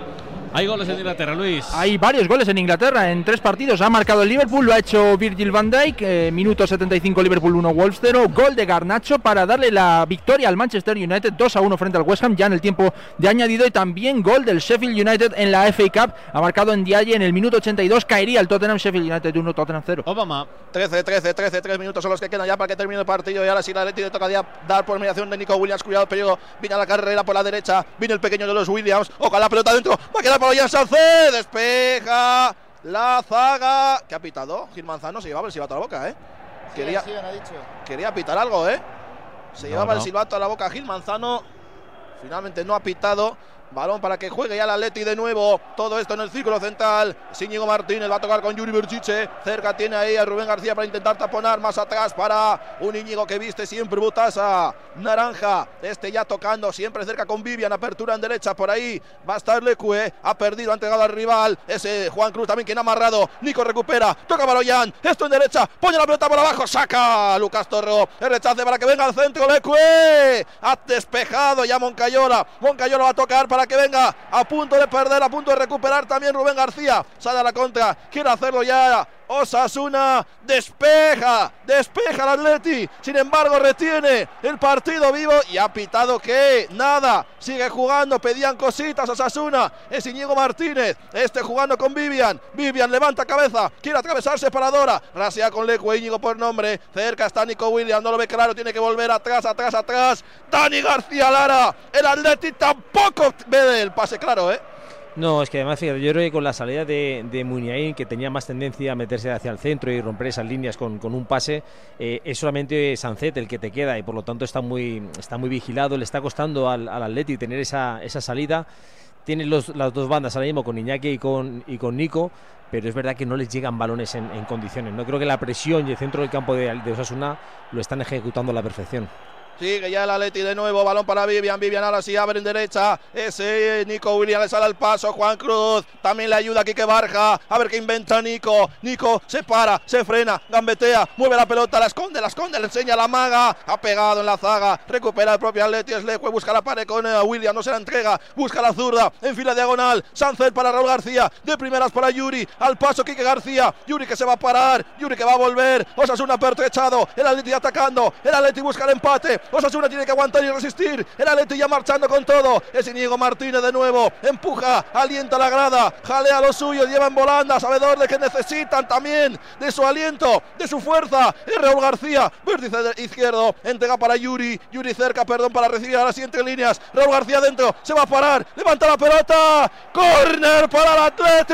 Hay goles en Inglaterra, Luis. Hay varios goles en Inglaterra en tres partidos. Ha marcado el Liverpool, lo ha hecho Virgil van Dijk. Eh, minuto setenta y cinco, Liverpool uno, Wolves cero. Gol de Garnacho para darle la victoria al Manchester United dos a uno frente al West Ham, ya en el tiempo de añadido. Y también gol del Sheffield United en la F A Cup. Ha marcado en Diaye en el minuto ochenta y dos. Caería el Tottenham, Sheffield United uno, Tottenham cero. Obama. trece, trece, trece, tres minutos son los que quedan ya para que termine el partido. Y ahora sí, la Atleti le toca dar por mediación de Nico Williams. Cuidado el peligro. Viene a la carrera por la derecha. Viene el pequeño de los Williams. Ojalá la pelota dentro. Va a quedar para Jan Sánchez. Despeja la zaga. ¿Qué ha pitado? Gil Manzano se llevaba el silbato a la boca, ¿eh? Sí, Quería, sí, ha dicho. quería pitar algo, ¿eh? Se no, llevaba no. el silbato a la boca Gil Manzano. Finalmente no ha pitado. Balón para que juegue ya el Atleti de nuevo. Todo esto en el círculo central. Íñigo Martínez va a tocar con Yuri Berchiche. Cerca tiene ahí a Rubén García para intentar taponar. Más atrás para un Íñigo que viste siempre butaza naranja. Este ya tocando siempre cerca con Vivian. Apertura en derecha por ahí. Va a estar Leque. Ha perdido, ha entregado al rival. Ese Juan Cruz también quien ha amarrado. Nico recupera. Toca Baloyan. Esto en derecha. Pone la pelota por abajo. Saca Lucas Torro. El rechace para que venga al centro. Leque. Ha despejado ya Moncayola. Moncayola va a tocar para que venga a punto de perder, a punto de recuperar también Rubén García. Sale a la contra, quiere hacerlo ya Osasuna, despeja, despeja el Atleti, sin embargo retiene el partido vivo y ha pitado que nada, sigue jugando, pedían cositas Osasuna, es Íñigo Martínez, este jugando con Vivian, Vivian levanta cabeza, quiere atravesarse para Dora, rasea con Leque, Íñigo por nombre, cerca está Nico Williams, no lo ve claro, tiene que volver atrás, atrás, atrás, Dani García Lara, el Atleti tampoco ve el pase claro, eh. No, es que además, fíjate, yo creo que con la salida de, de Muniain, que tenía más tendencia a meterse hacia el centro y romper esas líneas con, con un pase, eh, es solamente Sancet el que te queda y por lo tanto está muy, está muy vigilado, le está costando al, al Atleti tener esa, esa salida. Tiene los, las dos bandas ahora mismo con Iñaki y con, y con Nico, pero es verdad que no les llegan balones en, en condiciones. No creo que la presión y el centro del campo de, de Osasuna lo están ejecutando a la perfección. Sigue ya el Atleti de nuevo, balón para Vivian, Vivian ahora sí abre en derecha, ese Nico Williams le sale al paso, Juan Cruz, también le ayuda a Quique Barja, a ver qué inventa Nico, Nico se para, se frena, gambetea, mueve la pelota, la esconde, la esconde, le enseña la maga, ha pegado en la zaga, recupera el propio Atleti, es Leque, busca la pared con uh, Williams, no se la entrega, busca la zurda, en fila diagonal, Sánchez para Raúl García, de primeras para Yuri, al paso Quique García, Yuri que se va a parar, Yuri que va a volver, Osasuna pertrechado, el Atleti atacando, el Atleti busca el empate, Osasuna tiene que aguantar y resistir. El Atleti ya marchando con todo. Es Íñigo Martínez de nuevo. Empuja, alienta la grada. Jalea a los suyos, lleva en volanda. Sabedor de que necesitan también de su aliento, de su fuerza. Es Raúl García, vértice izquierdo. Entrega para Yuri. Yuri cerca, perdón, para recibir a las siguientes líneas. Raúl García dentro. Se va a parar. Levanta la pelota. Córner para el Atleti,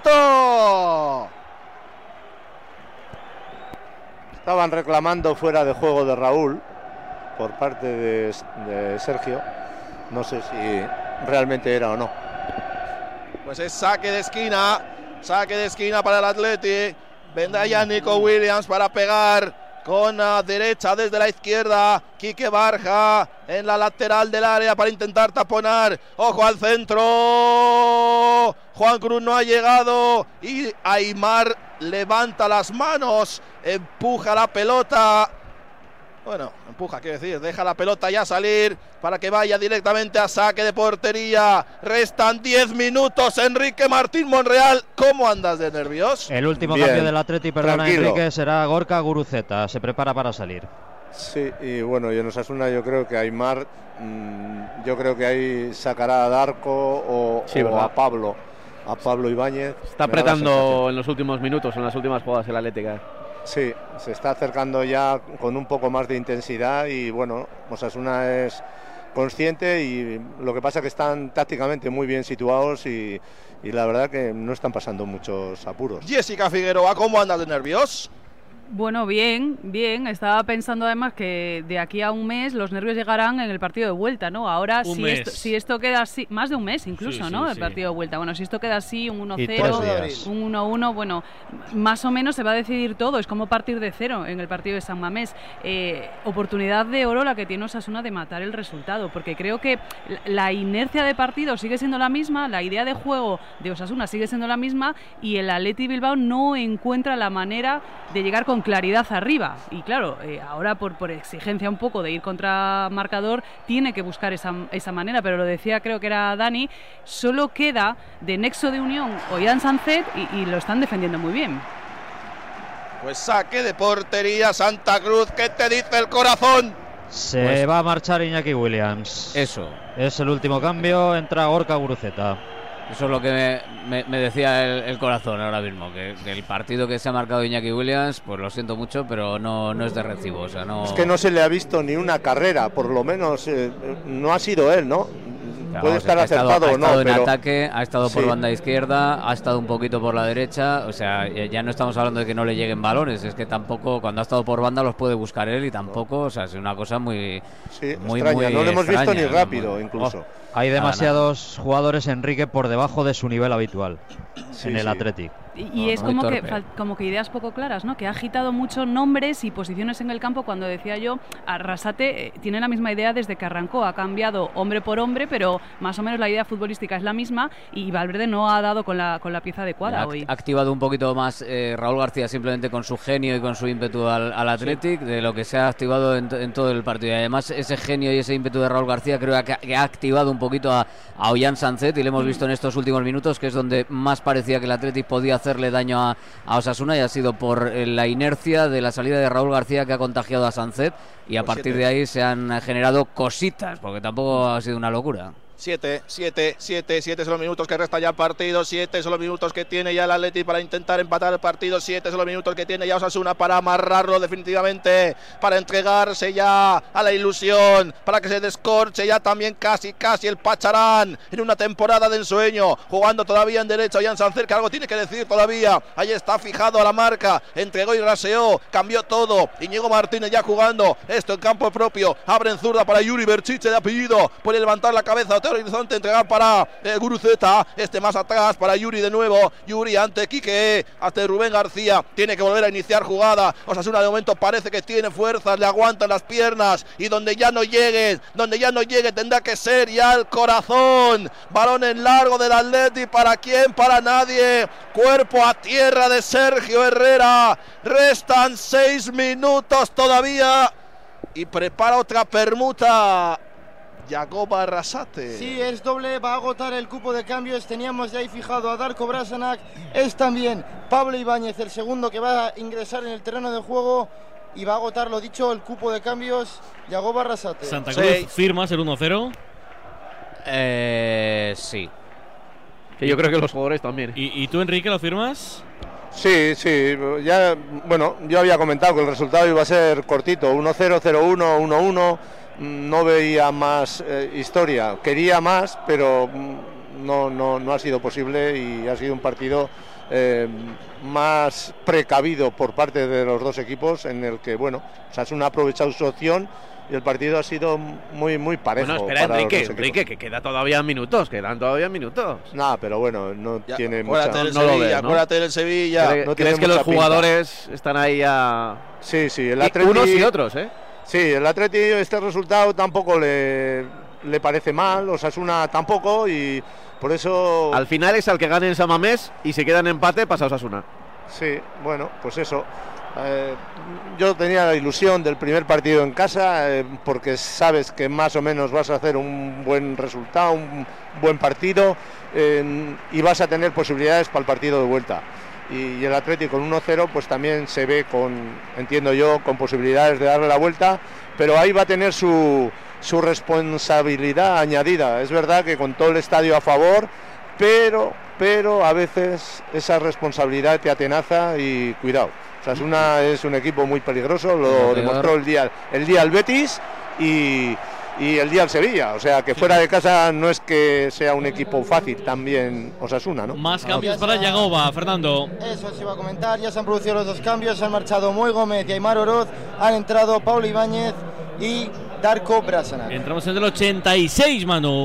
Beato. Estaban reclamando fuera de juego de Raúl por parte de, de Sergio, no sé si realmente era o no. Pues es saque de esquina, saque de esquina para el Atleti. Vendrá ya Nico Williams para pegar con la derecha desde la izquierda. Quique Barja en la lateral del área para intentar taponar. Ojo al centro. Juan Cruz no ha llegado y Aimar levanta las manos, empuja la pelota. Bueno, empuja, quiero decir, deja la pelota ya salir para que vaya directamente a saque de portería. Restan diez minutos, Enrique Martín Monreal. ¿Cómo andas de nervios? El último Bien, cambio del Atleti, perdona tranquilo. Enrique, será Gorka Guruceta. Se prepara para salir. Sí, y bueno, y en Osasuna yo creo que Aimar, mmm, yo creo que ahí sacará a Darko o, Sí, o ¿verdad? a Pablo, a Pablo Ibáñez. Está Me da la apretando sensación. en los últimos minutos, en las últimas jugadas el Atlética. Sí, se está acercando ya con un poco más de intensidad y bueno, Osasuna es consciente y lo que pasa es que están tácticamente muy bien situados y, y la verdad que no están pasando muchos apuros. Jessica Figueroa, ¿cómo andas de nervios? Bueno, bien, bien. Estaba pensando además que de aquí a un mes los nervios llegarán en el partido de vuelta, ¿no? Ahora, Un si mes. esto, si esto queda así, más de un mes incluso, Sí, ¿no? sí, el sí. partido de vuelta. Bueno, si esto queda así, un uno Y cero, tres días. un uno uno, bueno, más o menos se va a decidir todo. Es como partir de cero en el partido de San Mamés. Eh, oportunidad de oro la que tiene Osasuna de matar el resultado, porque creo que la inercia de partido sigue siendo la misma, la idea de juego de Osasuna sigue siendo la misma y el Athletic Bilbao no encuentra la manera de llegar con con claridad arriba. Y claro, eh, ahora por, por exigencia un poco de ir contra marcador, tiene que buscar esa, esa manera. Pero lo decía, creo que era Dani, solo queda de nexo de unión Ollán Sánchez y, y lo están defendiendo muy bien. Pues saque de portería, Santa Cruz. ¿Qué te dice el corazón? Se Pues... va a marchar Iñaki Williams. Eso. Es el último cambio, entra Gorka Guruceta. Eso es lo que me, me, me decía el, el corazón ahora mismo, que, que el partido que se ha marcado Iñaki Williams, pues lo siento mucho, pero no, no es de recibo. O sea, no... Es que no se le ha visto ni una carrera, por lo menos eh, no ha sido él, ¿no? Claro, puede estar acertado o no. Ha estado en pero... ataque, ha estado por sí. banda izquierda, ha estado un poquito por la derecha. O sea, ya no estamos hablando de que no le lleguen balones, es que tampoco, cuando ha estado por banda, los puede buscar él y tampoco. O sea, es una cosa muy. Sí, muy, extraña. muy no lo hemos extraña, visto ni rápido, muy... incluso. Oh, hay demasiados nada, nada. jugadores, Enrique, por debajo de su nivel habitual sí, en el sí. Athletic. Y, y no, es como que, como que ideas poco claras, ¿no? Que ha agitado mucho nombres y posiciones en el campo cuando decía yo, Arrasate eh, tiene la misma idea desde que arrancó, ha cambiado hombre por hombre, pero más o menos la idea futbolística es la misma y Valverde no ha dado con la, con la pieza adecuada ha, hoy. Ha activado un poquito más eh, Raúl García simplemente con su genio y con su ímpetu al, al Athletic sí. de lo que se ha activado en, en todo el partido. Y además ese genio y ese ímpetu de Raúl García creo que ha, que ha activado un poquito a, a Ollán Sánchez y le hemos visto en estos últimos minutos que es donde más parecía que el Athletic podía hacerle daño a a Osasuna y ha sido por la inercia de la salida de Raúl García que ha contagiado a Sánchez y a partir de ahí se han generado cositas porque tampoco ha sido una locura. Siete, siete, siete, siete son los minutos que resta ya el partido, siete son los minutos que tiene ya el Athletic para intentar empatar el partido, siete son los minutos que tiene ya Osasuna para amarrarlo definitivamente, para entregarse ya a la ilusión, para que se descorche ya también casi, casi el Pacharán en una temporada de ensueño, jugando todavía en derecha Ollán Sánchez, que algo tiene que decir todavía, ahí está fijado a la marca, entregó y raseó, cambió todo, Íñigo Martínez ya jugando, esto en campo propio, abre en zurda para Yuri Berchiche de apellido, puede levantar la cabeza, horizonte, entregar para eh, Guruceta, este más atrás para Yuri de nuevo, Yuri ante Quique, ante Rubén García, tiene que volver a iniciar jugada, Osasuna de momento parece que tiene fuerzas, le aguantan las piernas y donde ya no llegue, donde ya no llegue tendrá que ser ya el corazón, balón en largo del Atleti, ¿para quién? Para nadie, cuerpo a tierra de Sergio Herrera, restan seis minutos todavía y prepara otra permuta Jacoba Arrasate. Sí, es doble, va a agotar el cupo de cambios. Teníamos ya ahí fijado a Darko Brasanac. Es también Pablo Ibáñez, el segundo que va a ingresar en el terreno de juego y va a agotar, lo dicho, el cupo de cambios. Jacoba Arrasate. Santa Cruz, sí. ¿Firmas el uno cero? Eh, sí. Que yo creo que los jugadores también. ¿Y, y tú, Enrique, lo firmas? Sí, sí, ya, bueno, yo había comentado que el resultado iba a ser cortito, uno cero, cero uno, uno uno. No veía más eh, historia, quería más, pero no, no, no ha sido posible y ha sido un partido eh, más precavido por parte de los dos equipos en el que, bueno, Osasuna ha aprovechado su opción y el partido ha sido muy muy parejo. Bueno, espera, para Enrique, Enrique, que queda todavía minutos, quedan todavía minutos. Nada, pero bueno, no ya, tiene acuérdate mucha... del no Sevilla, lo ves, ¿no? Acuérdate del Sevilla. ¿Crees, no ¿crees que los jugadores pinta. Están ahí a... Sí, sí, el Atleti... Unos y otros, ¿eh? Sí, el Atleti este resultado tampoco le, le parece mal, Osasuna tampoco y por eso... Al final es al que gane en San Mamés y se queda en empate pasa Osasuna. Sí, bueno, pues eso. Eh, yo tenía la ilusión del primer partido en casa eh, porque sabes que más o menos vas a hacer un buen resultado, un buen partido eh, y vas a tener posibilidades para el partido de vuelta. Y el Atlético con uno cero pues también se ve con, entiendo yo, con posibilidades de darle la vuelta, pero ahí va a tener su, su responsabilidad añadida. Es verdad que con todo el estadio a favor, pero, pero a veces esa responsabilidad te atenaza y cuidado. Osasuna es un equipo muy peligroso, lo demostró el día, el día el Betis y... y el día al Sevilla, o sea que fuera de casa no es que sea un equipo fácil también Osasuna, ¿no? Más cambios para Jagoba, Fernando. Eso se iba a comentar, ya se han producido los dos cambios, se han marchado Moy Gómez y Aimar Oroz, han entrado Pablo Ibáñez y Darko Brasanac. Entramos en el ochenta y seis, Manu.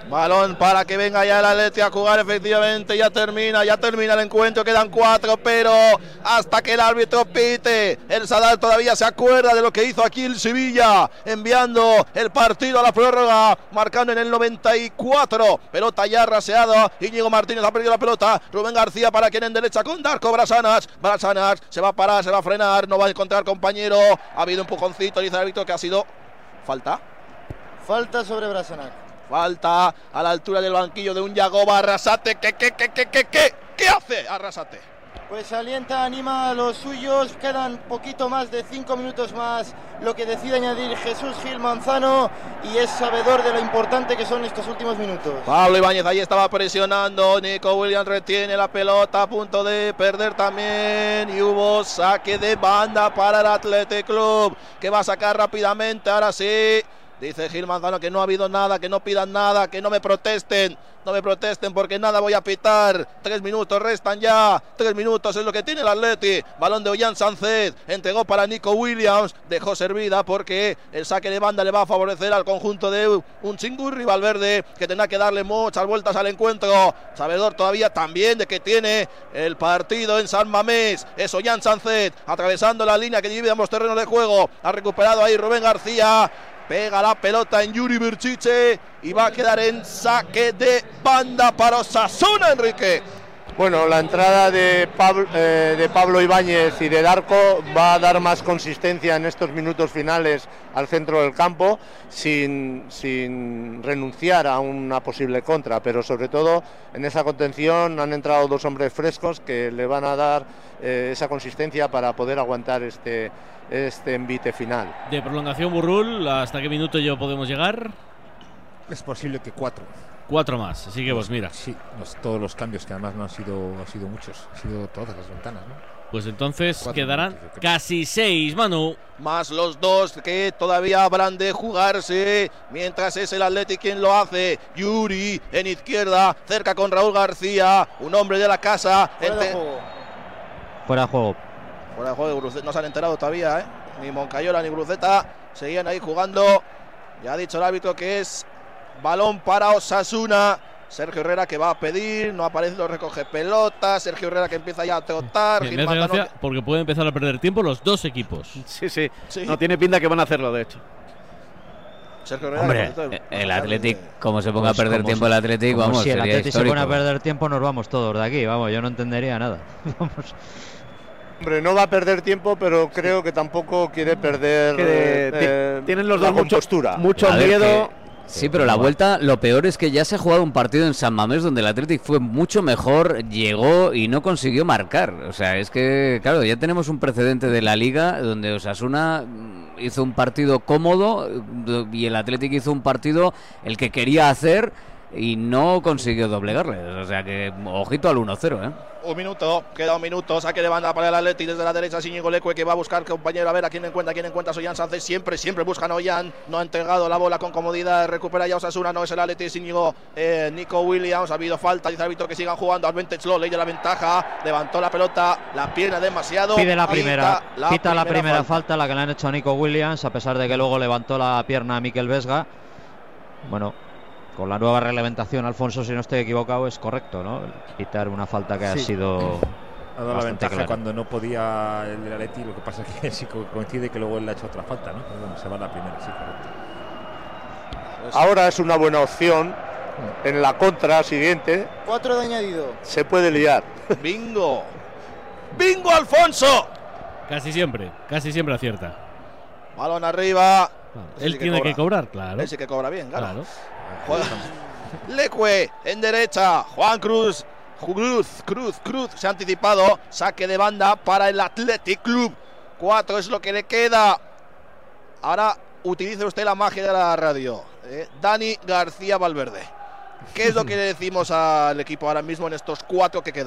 Balón para que venga ya el Atleti a jugar, efectivamente, ya termina, ya termina el encuentro, quedan cuatro, pero hasta que el árbitro pite, el Sadar todavía se acuerda de lo que hizo aquí el Sevilla, enviando el partido a la prórroga, marcando en el noventa y cuatro, pelota ya raseada, Íñigo Martínez ha perdido la pelota, Rubén García para quien en derecha con Darko Brasanas, Brasanas se va a parar, se va a frenar, no va a encontrar compañero, ha habido un empujoncito, dice el árbitro que ha sido falta. Falta sobre Brasanas. Falta a la altura del banquillo de un Yagoba Arrasate. ¿Qué, qué, qué, qué, qué, qué, qué hace Arrasate? Pues alienta, anima a los suyos. Quedan poquito más de cinco minutos más. Lo que decide añadir Jesús Gil Manzano. Y es sabedor de lo importante que son estos últimos minutos. Pablo Ibáñez ahí estaba presionando. Nico Williams retiene la pelota a punto de perder también. Y hubo saque de banda para el Athletic Club, que va a sacar rápidamente. Ahora sí. Dice Gil Manzano que no ha habido nada, que no pidan nada, que no me protesten, no me protesten porque nada voy a pitar. Tres minutos restan ya, tres minutos es lo que tiene el Atleti. Balón de Ollán Sánchez, entregó para Nico Williams, dejó servida porque el saque de banda le va a favorecer al conjunto de un Chingurri Valverde, que tendrá que darle muchas vueltas al encuentro. Sabedor todavía también de que tiene el partido en San Mamés. Es Ollán Sánchez atravesando la línea que divide ambos terrenos de juego. Ha recuperado ahí Rubén García. Pega la pelota en Yuri Birchiche y va a quedar en saque de banda para Osasuna, Enrique. Bueno, la entrada de Pablo, eh, de Pablo Ibáñez y de Darko va a dar más consistencia en estos minutos finales al centro del campo, sin, sin renunciar a una posible contra, pero sobre todo en esa contención han entrado dos hombres frescos que le van a dar eh, esa consistencia para poder aguantar este, este envite final. De prolongación, Burrul, ¿hasta qué minuto ya podemos llegar? Es posible que cuatro. Cuatro más, así que pues mira. Sí, los, todos los cambios, que además no han sido, han sido muchos, han sido todas las ventanas, ¿no? Pues entonces cuatro quedarán minutos, casi seis, Manu. Más los dos que todavía habrán de jugarse, mientras es el Athletic quien lo hace. Yuri en izquierda, cerca con Raúl García, un hombre de la casa. Fuera de juego. Fuera de juego. Fuera de juego, no se han enterado todavía, ¿eh? Ni Moncayola ni Gruceta seguían ahí jugando. Ya ha dicho el árbitro que es balón para Osasuna. Sergio Herrera que va a pedir, no aparece, lo recoge pelota. Sergio Herrera que empieza ya a trotar. Me, me hace gracia porque puede empezar a perder tiempo los dos equipos. Sí, sí, sí. No tiene pinta que van a hacerlo, de hecho. Sergio Herrera, hombre, el, el Athletic, como se ponga pues a perder tiempo el Athletic, como vamos, si el Athletic histórico. se pone a perder tiempo, nos vamos todos de aquí, vamos, yo no entendería nada. Vamos. Hombre, no va a perder tiempo, pero creo que tampoco quiere perder. Que eh, tienen los dos mucho, mucho a miedo. Ver, que, sí, pero la vuelta, lo peor es que ya se ha jugado un partido en San Mamés donde el Athletic fue mucho mejor, llegó y no consiguió marcar. O sea, es que, claro, ya tenemos un precedente de la Liga donde Osasuna hizo un partido cómodo y el Athletic hizo un partido el que quería hacer y no consiguió doblegarle. O sea que, ojito al uno cero, ¿eh? Un minuto, queda un minuto, saque de banda para el Atleti desde la derecha, Íñigo Leque que va a buscar compañero, a ver a quién encuentra, a quién encuentra, Ollán Sánchez, siempre, siempre buscan a Ollán, no ha entregado la bola con comodidad, recupera ya Osasuna, no es el Atleti, es Íñigo, eh, Nico Williams, ha habido falta, dice el árbitro que sigan jugando, Advantage Law, ley de la ventaja, levantó la pelota, la pierna demasiado. Pide la primera, la pita la primera, primera falta. falta, la que le han hecho a Nico Williams, a pesar de que luego levantó la pierna a Mikel Vesga. Bueno, con la nueva reglamentación, Alfonso, si no estoy equivocado, es correcto, ¿no? Quitar una falta que sí. ha sido... Ha dado la ventaja clara. Cuando no podía el del Atleti, lo que pasa es que sí coincide que luego él le ha hecho otra falta, ¿no? Pero bueno, se va la primera, sí, correcto. Ahora es una buena opción. En la contra siguiente. Cuatro de añadido. Se puede liar. ¡Bingo! ¡Bingo, Alfonso! Casi siempre, casi siempre acierta. Balón arriba. Claro, él que tiene cobra. que cobrar, claro. Él sí que cobra bien, claro. claro. Juan, Leque en derecha, Juan Cruz. Cruz, Cruz, Cruz, se ha anticipado, saque de banda para el Athletic Club. Cuatro es lo que le queda. Ahora utilice usted la magia de la radio. Eh, Dani García Valverde. ¿Qué es lo que le decimos al equipo ahora mismo en estos cuatro que quedan?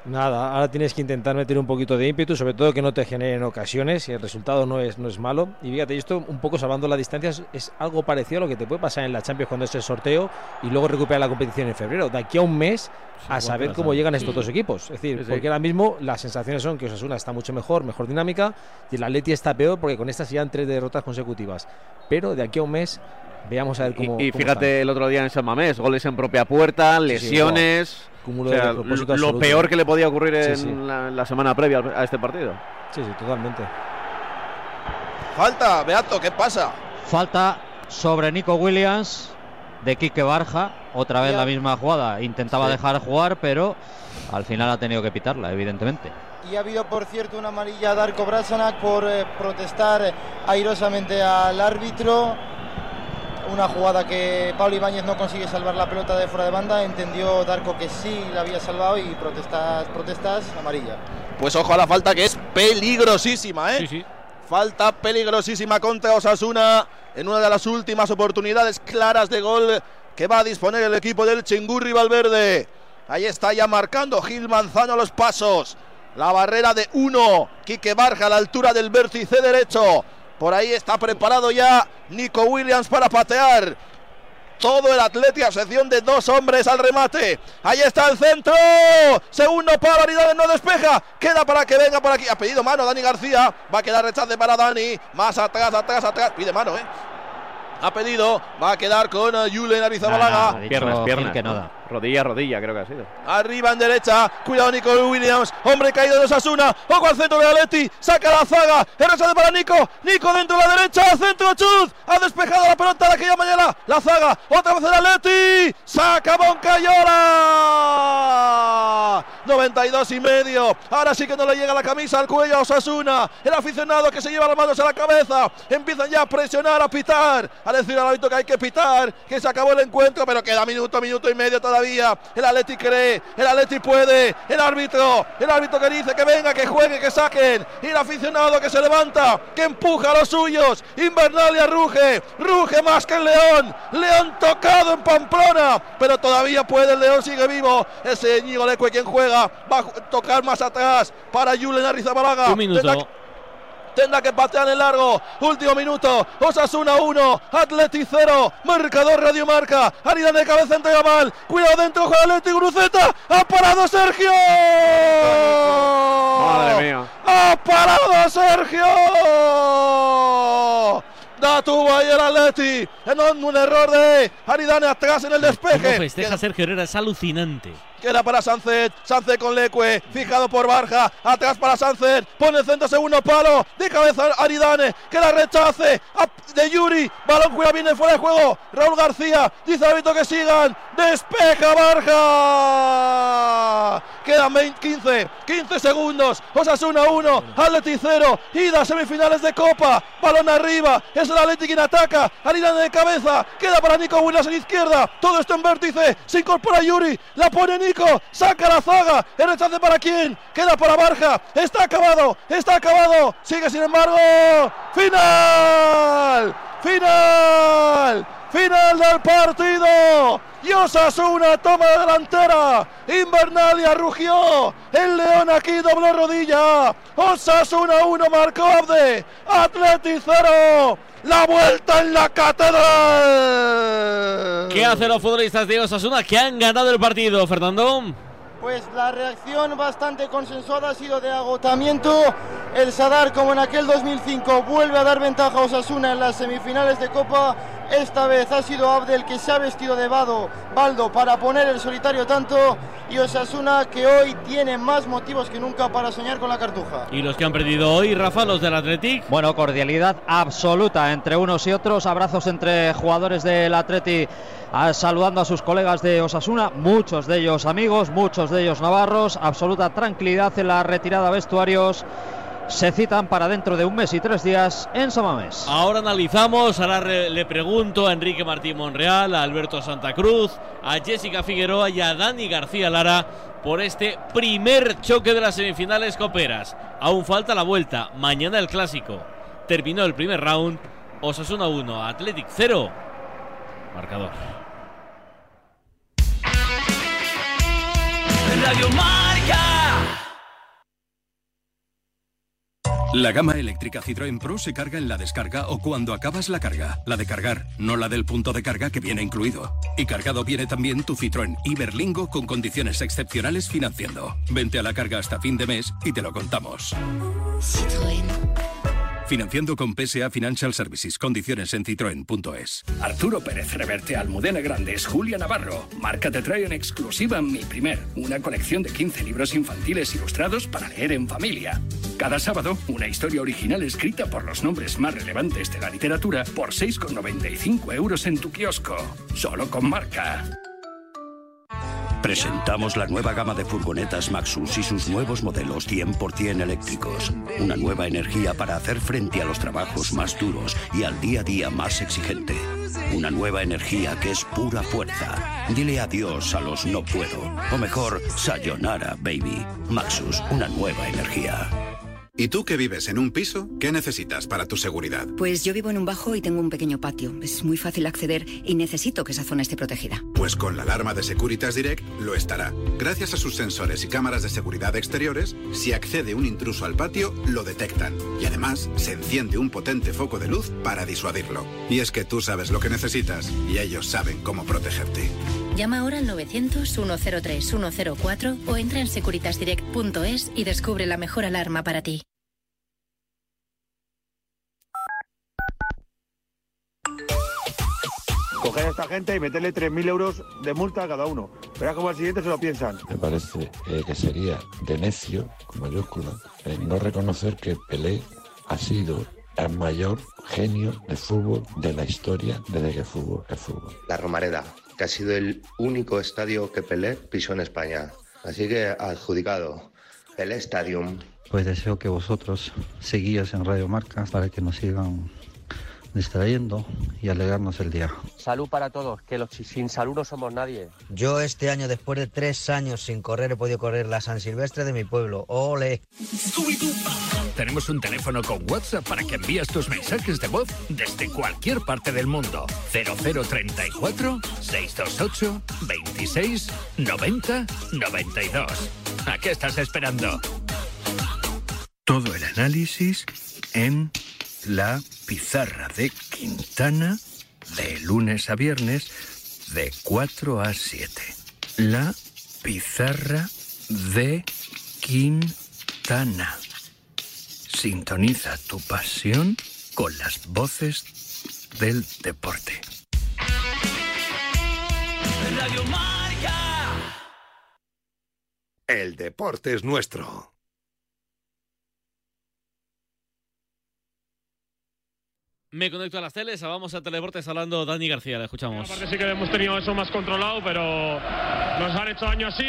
Nada, ahora tienes que intentar meter un poquito de ímpetu, sobre todo que no te generen ocasiones y el resultado no es, no es malo. Y fíjate, esto un poco salvando la distancia es, es algo parecido a lo que te puede pasar en la Champions cuando es el sorteo y luego recuperar la competición en febrero. De aquí a un mes a saber cómo llegan estos dos equipos. Es decir, Sí, sí. porque ahora mismo las sensaciones son que Osasuna está mucho mejor, mejor dinámica y el Atleti está peor porque con estas ya tres derrotas consecutivas. Pero de aquí a un mes veamos a ver cómo. Y, y cómo fíjate están. el otro día en San Mamés, goles en propia puerta, lesiones. Sí, sí, Cúmulo o sea, de despropósito lo absoluto. peor que le podía ocurrir en Sí, sí. La, la semana previa a este partido. Sí, sí, totalmente. Falta, Beato, ¿qué pasa? Falta sobre Nico Williams de Quique Barja. Otra vez Ya. la misma jugada. Intentaba Sí. dejar jugar, pero al final ha tenido que pitarla, evidentemente. Y ha habido, por cierto, una amarilla a Darko Brasanac por eh, protestar airosamente al árbitro. Una jugada que Pablo Ibáñez no consigue salvar la pelota de fuera de banda. Entendió Darko que sí la había salvado y protestas, protestas, amarilla. Pues ojo a la falta, que es peligrosísima, ¿eh? Sí, sí. Falta peligrosísima contra Osasuna en una de las últimas oportunidades claras de gol que va a disponer el equipo del Chingurri Valverde. Ahí está ya marcando Gil Manzano a los pasos. La barrera de uno. Quique Barja a la altura del vértice derecho. Por ahí está preparado ya Nico Williams para patear. Todo el Atleti a excepción de dos hombres al remate. Ahí está el centro. Segundo palo, Aridane no despeja. Queda para que venga por aquí. Ha pedido mano Dani García. Va a quedar rechace para Dani. Más atrás, atrás, atrás. Pide mano, eh. Ha pedido. Va a quedar con uh, Julen Arrizabalaga. Nah, nah, Piernas, piernas. que no ¿no? da. Rodilla, rodilla, creo que ha sido. Arriba en derecha, cuidado Nico Williams, hombre caído de Osasuna, ojo al centro de Atleti, saca la zaga, el rechace para Nico, Nico dentro de la derecha, centro chuz, ha despejado la pelota de aquella mañana, la zaga, otra vez el Atleti, saca Moncayola, noventa y dos y medio, ahora sí que no le llega la camisa al cuello a Osasuna, el aficionado que se lleva las manos a la cabeza, empiezan ya a presionar, a pitar, a decir al árbitro que hay que pitar, que se acabó el encuentro, pero queda minuto, minuto y medio todavía. El Atleti cree, el Atleti puede, el árbitro, el árbitro que dice que venga, que juegue, que saquen, y el aficionado que se levanta, que empuja a los suyos, Invernalia ruge, ruge más que el León, León tocado en Pamplona, pero todavía puede, el León sigue vivo, ese Íñigo Leque quien juega, va a tocar más atrás para Julen Arrizabalaga. Un minuto. Tendrá que, tendrá que patear en largo, último minuto, Osasuna uno, Atleti cero, marcador Radio Marca, Aridane de cabeza entrega mal, cuidado dentro, juega Atleti, Guruceta, ha parado Sergio, Madre mía. ha parado Sergio, da tuvo ahí el Atleti, en un error de Aridane atrás en el Cómo despeje. festeja Sergio Herrera, es alucinante. Queda para Sánchez, Sánchez con Leque, fijado por Barja, atrás para Sánchez, pone el centro, segundo palo, de cabeza Aridane, que la rechace, de Yuri, balón cuida, viene fuera de juego, Raúl García, dice el árbitro que sigan, despeja Barja, quedan veinte, quince, quince segundos, Osasuna uno, Atleti cero, ida a semifinales de Copa, balón arriba, es el Atleti quien ataca, Aridane de cabeza, queda para Nico Williams en izquierda, todo esto en vértice, se incorpora Yuri, la pone Nico, saca la zaga, el rechace para quién, queda para Barja, está acabado, está acabado, sigue sin embargo, final, final, final del partido, y Osasuna toma la delantera, Invernalia rugió, el León aquí dobló rodilla, Osasuna uno, marcó Abde, Atleti cero, la vuelta en la catedral. ¿Qué hacen los futbolistas de Osasuna que han ganado el partido, Fernando? Pues la reacción bastante consensuada ha sido de agotamiento. El Sadar, como en aquel dos mil cinco, vuelve a dar ventaja a Osasuna en las semifinales de Copa. Esta vez ha sido Abdel que se ha vestido de Bado, Baldo para poner el solitario tanto, y Osasuna que hoy tiene más motivos que nunca para soñar con la cartuja. ¿Y los que han perdido hoy, Rafa, los del Athletic? Bueno, cordialidad absoluta entre unos y otros, abrazos entre jugadores del Atleti, a, saludando a sus colegas de Osasuna, muchos de ellos amigos, muchos de ellos navarros, absoluta tranquilidad en la retirada vestuarios. Se citan para dentro de un mes y tres días en San Mamés. Ahora analizamos, ahora re, le pregunto a Enrique Martín Monreal, a Alberto Santa Cruz, a Jessica Figueroa y a Dani García Lara por este primer choque de las semifinales coperas. Aún falta la vuelta, mañana el clásico. Terminó el primer round, Osasuna uno, Athletic cero. Marcador. Radio Marca. La gama eléctrica Citroën Pro se carga en la descarga o cuando acabas la carga. La de cargar, no la del punto de carga que viene incluido. Y cargado viene también tu Citroën Iberlingo con condiciones excepcionales financiando. Vente a la carga hasta fin de mes y te lo contamos. Citroën. Financiando con P S A Financial Services. Condiciones en citroen punto es. Arturo Pérez Reverte, Almudena Grandes, Julia Navarro. Marca te trae en exclusiva Mi Primer, una colección de quince libros infantiles ilustrados para leer en familia. Cada sábado, una historia original escrita por los nombres más relevantes de la literatura por seis con noventa y cinco euros en tu kiosco. Solo con Marca. Presentamos la nueva gama de furgonetas Maxus y sus nuevos modelos cien por ciento eléctricos. Una nueva energía para hacer frente a los trabajos más duros y al día a día más exigente. Una nueva energía que es pura fuerza. Dile adiós a los no puedo. O mejor, sayonara, baby. Maxus, una nueva energía. ¿Y tú que vives en un piso? ¿Qué necesitas para tu seguridad? Pues yo vivo en un bajo y tengo un pequeño patio. Es muy fácil acceder y necesito que esa zona esté protegida. Pues con la alarma de Securitas Direct lo estará. Gracias a sus sensores y cámaras de seguridad exteriores, si accede un intruso al patio, lo detectan. Y además, se enciende un potente foco de luz para disuadirlo. Y es que tú sabes lo que necesitas y ellos saben cómo protegerte. Llama ahora al novecientos, uno cero tres, uno cero cuatro o entra en securitas direct punto es y descubre la mejor alarma para ti. Coger a esta gente y meterle tres mil euros de multa a cada uno. Verá cómo al siguiente se lo piensan. Me parece eh, que sería de necio, con mayúscula, eh, no reconocer que Pelé ha sido el mayor genio de fútbol de la historia desde que el fútbol es fútbol. La Romareda, que ha sido el único estadio que Pelé pisó en España. Así que adjudicado, Pelé Stadium. Pues deseo que vosotros seguíos en Radio Marca para que nos sigan distrayendo y alegrarnos el día. Salud para todos, que los sin salud no somos nadie. Yo este año, después de tres años sin correr, he podido correr la San Silvestre de mi pueblo. ¡Ole! Tenemos un teléfono con WhatsApp para que envíes tus mensajes de voz desde cualquier parte del mundo. cero cero treinta y cuatro, seiscientos veintiocho, veintiséis, noventa, noventa y dos. ¿A qué estás esperando? Todo el análisis en La Pizarra de Quintana, de lunes a viernes, de cuatro a siete. La Pizarra de Quintana. Sintoniza tu pasión con las voces del deporte. Radio Marca. El deporte es nuestro. Me conecto a las teles, vamos a Teledeportes hablando Dani García, le escuchamos. Aparte sí que hemos tenido eso más controlado, pero nos han hecho daño así.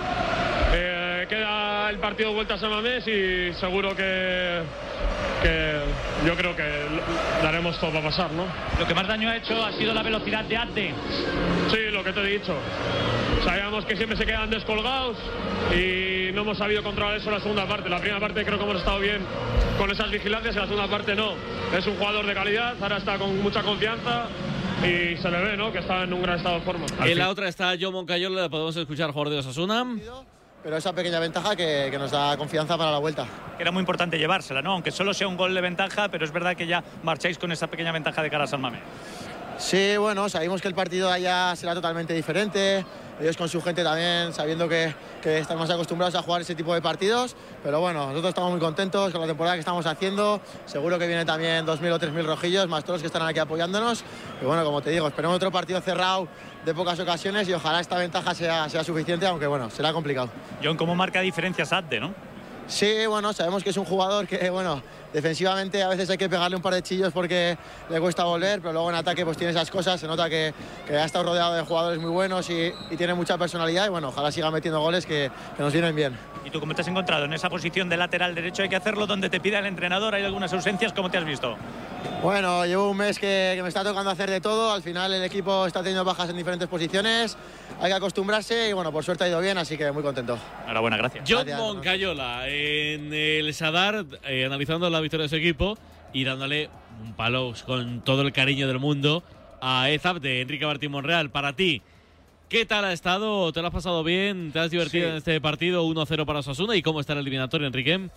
Eh, queda el partido de vuelta a San Mamés y seguro que, que yo creo que daremos todo para pasar, ¿no? Lo que más daño ha hecho ha sido la velocidad de Abde. Sí, lo que te he dicho. Sabíamos que siempre se quedan descolgados y no hemos sabido controlar eso en la segunda parte. La primera parte creo que hemos estado bien con esas vigilancias y la segunda parte no. Es un jugador de calidad, ahora está con mucha confianza y se le ve, ¿no?, que está en un gran estado de forma. Al en fin. La otra está Joe Moncayola, podemos escuchar, jugador de Osasuna. Pero esa pequeña ventaja que, que nos da confianza para la vuelta. Era muy importante llevársela, ¿no? Aunque solo sea un gol de ventaja, pero es verdad que ya marcháis con esa pequeña ventaja de cara a San Mamés. Sí, bueno, sabemos que el partido allá será totalmente diferente. Ellos con su gente también, sabiendo que, que están más acostumbrados a jugar ese tipo de partidos. Pero bueno, nosotros estamos muy contentos con la temporada que estamos haciendo. Seguro que vienen también dos mil o tres mil rojillos, más todos los que están aquí apoyándonos. Y bueno, como te digo, esperemos otro partido cerrado de pocas ocasiones y ojalá esta ventaja sea, sea suficiente, aunque bueno, será complicado. John, ¿cómo marca diferencias Abde, no? Sí, bueno, sabemos que es un jugador que, bueno, defensivamente a veces hay que pegarle un par de chillos porque le cuesta volver, pero luego en ataque pues tiene esas cosas, se nota que, que ha estado rodeado de jugadores muy buenos y, y tiene mucha personalidad y bueno, ojalá siga metiendo goles que, que nos vienen bien. ¿Y tú cómo te has encontrado en esa posición de lateral derecho? Hay que hacerlo donde te pida el entrenador, hay algunas ausencias, ¿cómo te has visto? Bueno, llevo un mes que, que me está tocando hacer de todo, al final el equipo está teniendo bajas en diferentes posiciones, hay que acostumbrarse y bueno, por suerte ha ido bien, así que muy contento. Enhorabuena, gracias. John Moncayola en el Sadar, eh, analizando la victoria de su equipo y dándole un palo con todo el cariño del mundo a Ezab de Enrique Martín Monreal. Para ti, ¿qué tal ha estado? ¿Te lo has pasado bien? ¿Te has divertido sí. en este partido uno cero para Osasuna? ¿Y cómo está el eliminatorio, Enrique?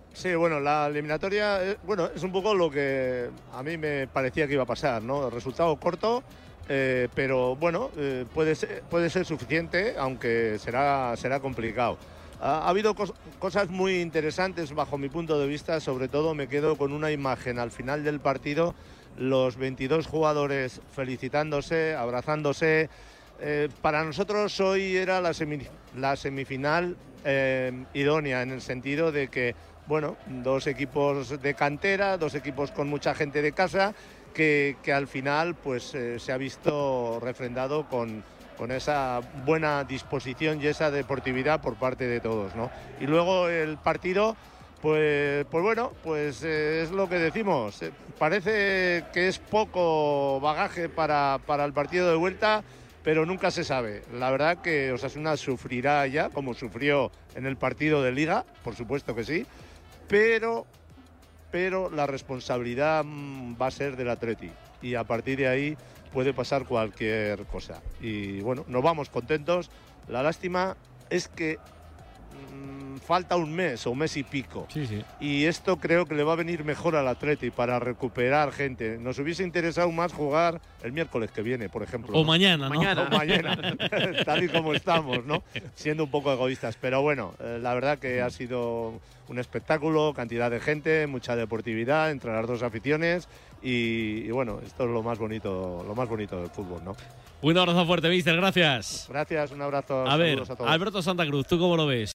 Sí, bueno, la eliminatoria, eh, bueno, es un poco lo que a mí me parecía que iba a pasar, ¿no? El resultado corto, eh, pero bueno, eh, puede ser, puede ser suficiente, aunque será, será complicado. Ha, ha habido cos, cosas muy interesantes bajo mi punto de vista, sobre todo me quedo con una imagen al final del partido, los veintidós jugadores felicitándose, abrazándose. Eh, para nosotros hoy era la, semi, la semifinal eh, idónea, en el sentido de que, bueno, dos equipos de cantera, dos equipos con mucha gente de casa, que, que al final pues eh, se ha visto refrendado con, con esa buena disposición y esa deportividad por parte de todos, ¿no? Y luego el partido, pues, pues bueno, pues eh, es lo que decimos. Eh, parece que es poco bagaje para, para el partido de vuelta, pero nunca se sabe. La verdad que Osasuna sufrirá ya, como sufrió en el partido de Liga, por supuesto que sí, pero, pero la responsabilidad va a ser del Atleti y a partir de ahí puede pasar cualquier cosa. Y bueno, nos vamos contentos. La lástima es que mmm, falta un mes o un mes y pico. Sí, sí. Y esto creo que le va a venir mejor al Atleti para recuperar gente. Nos hubiese interesado más jugar el miércoles que viene, por ejemplo. O ¿no? mañana, ¿no? Mañana. O mañana, tal y como estamos, ¿no? Siendo un poco egoístas. Pero bueno, eh, la verdad que ha sido un espectáculo, cantidad de gente, mucha deportividad entre las dos aficiones y, y bueno, esto es lo más bonito, lo más bonito del fútbol, ¿no? Un abrazo fuerte, mister, gracias. Gracias, un abrazo. A ver, a todos. Alberto Santa Cruz, ¿tú cómo lo ves?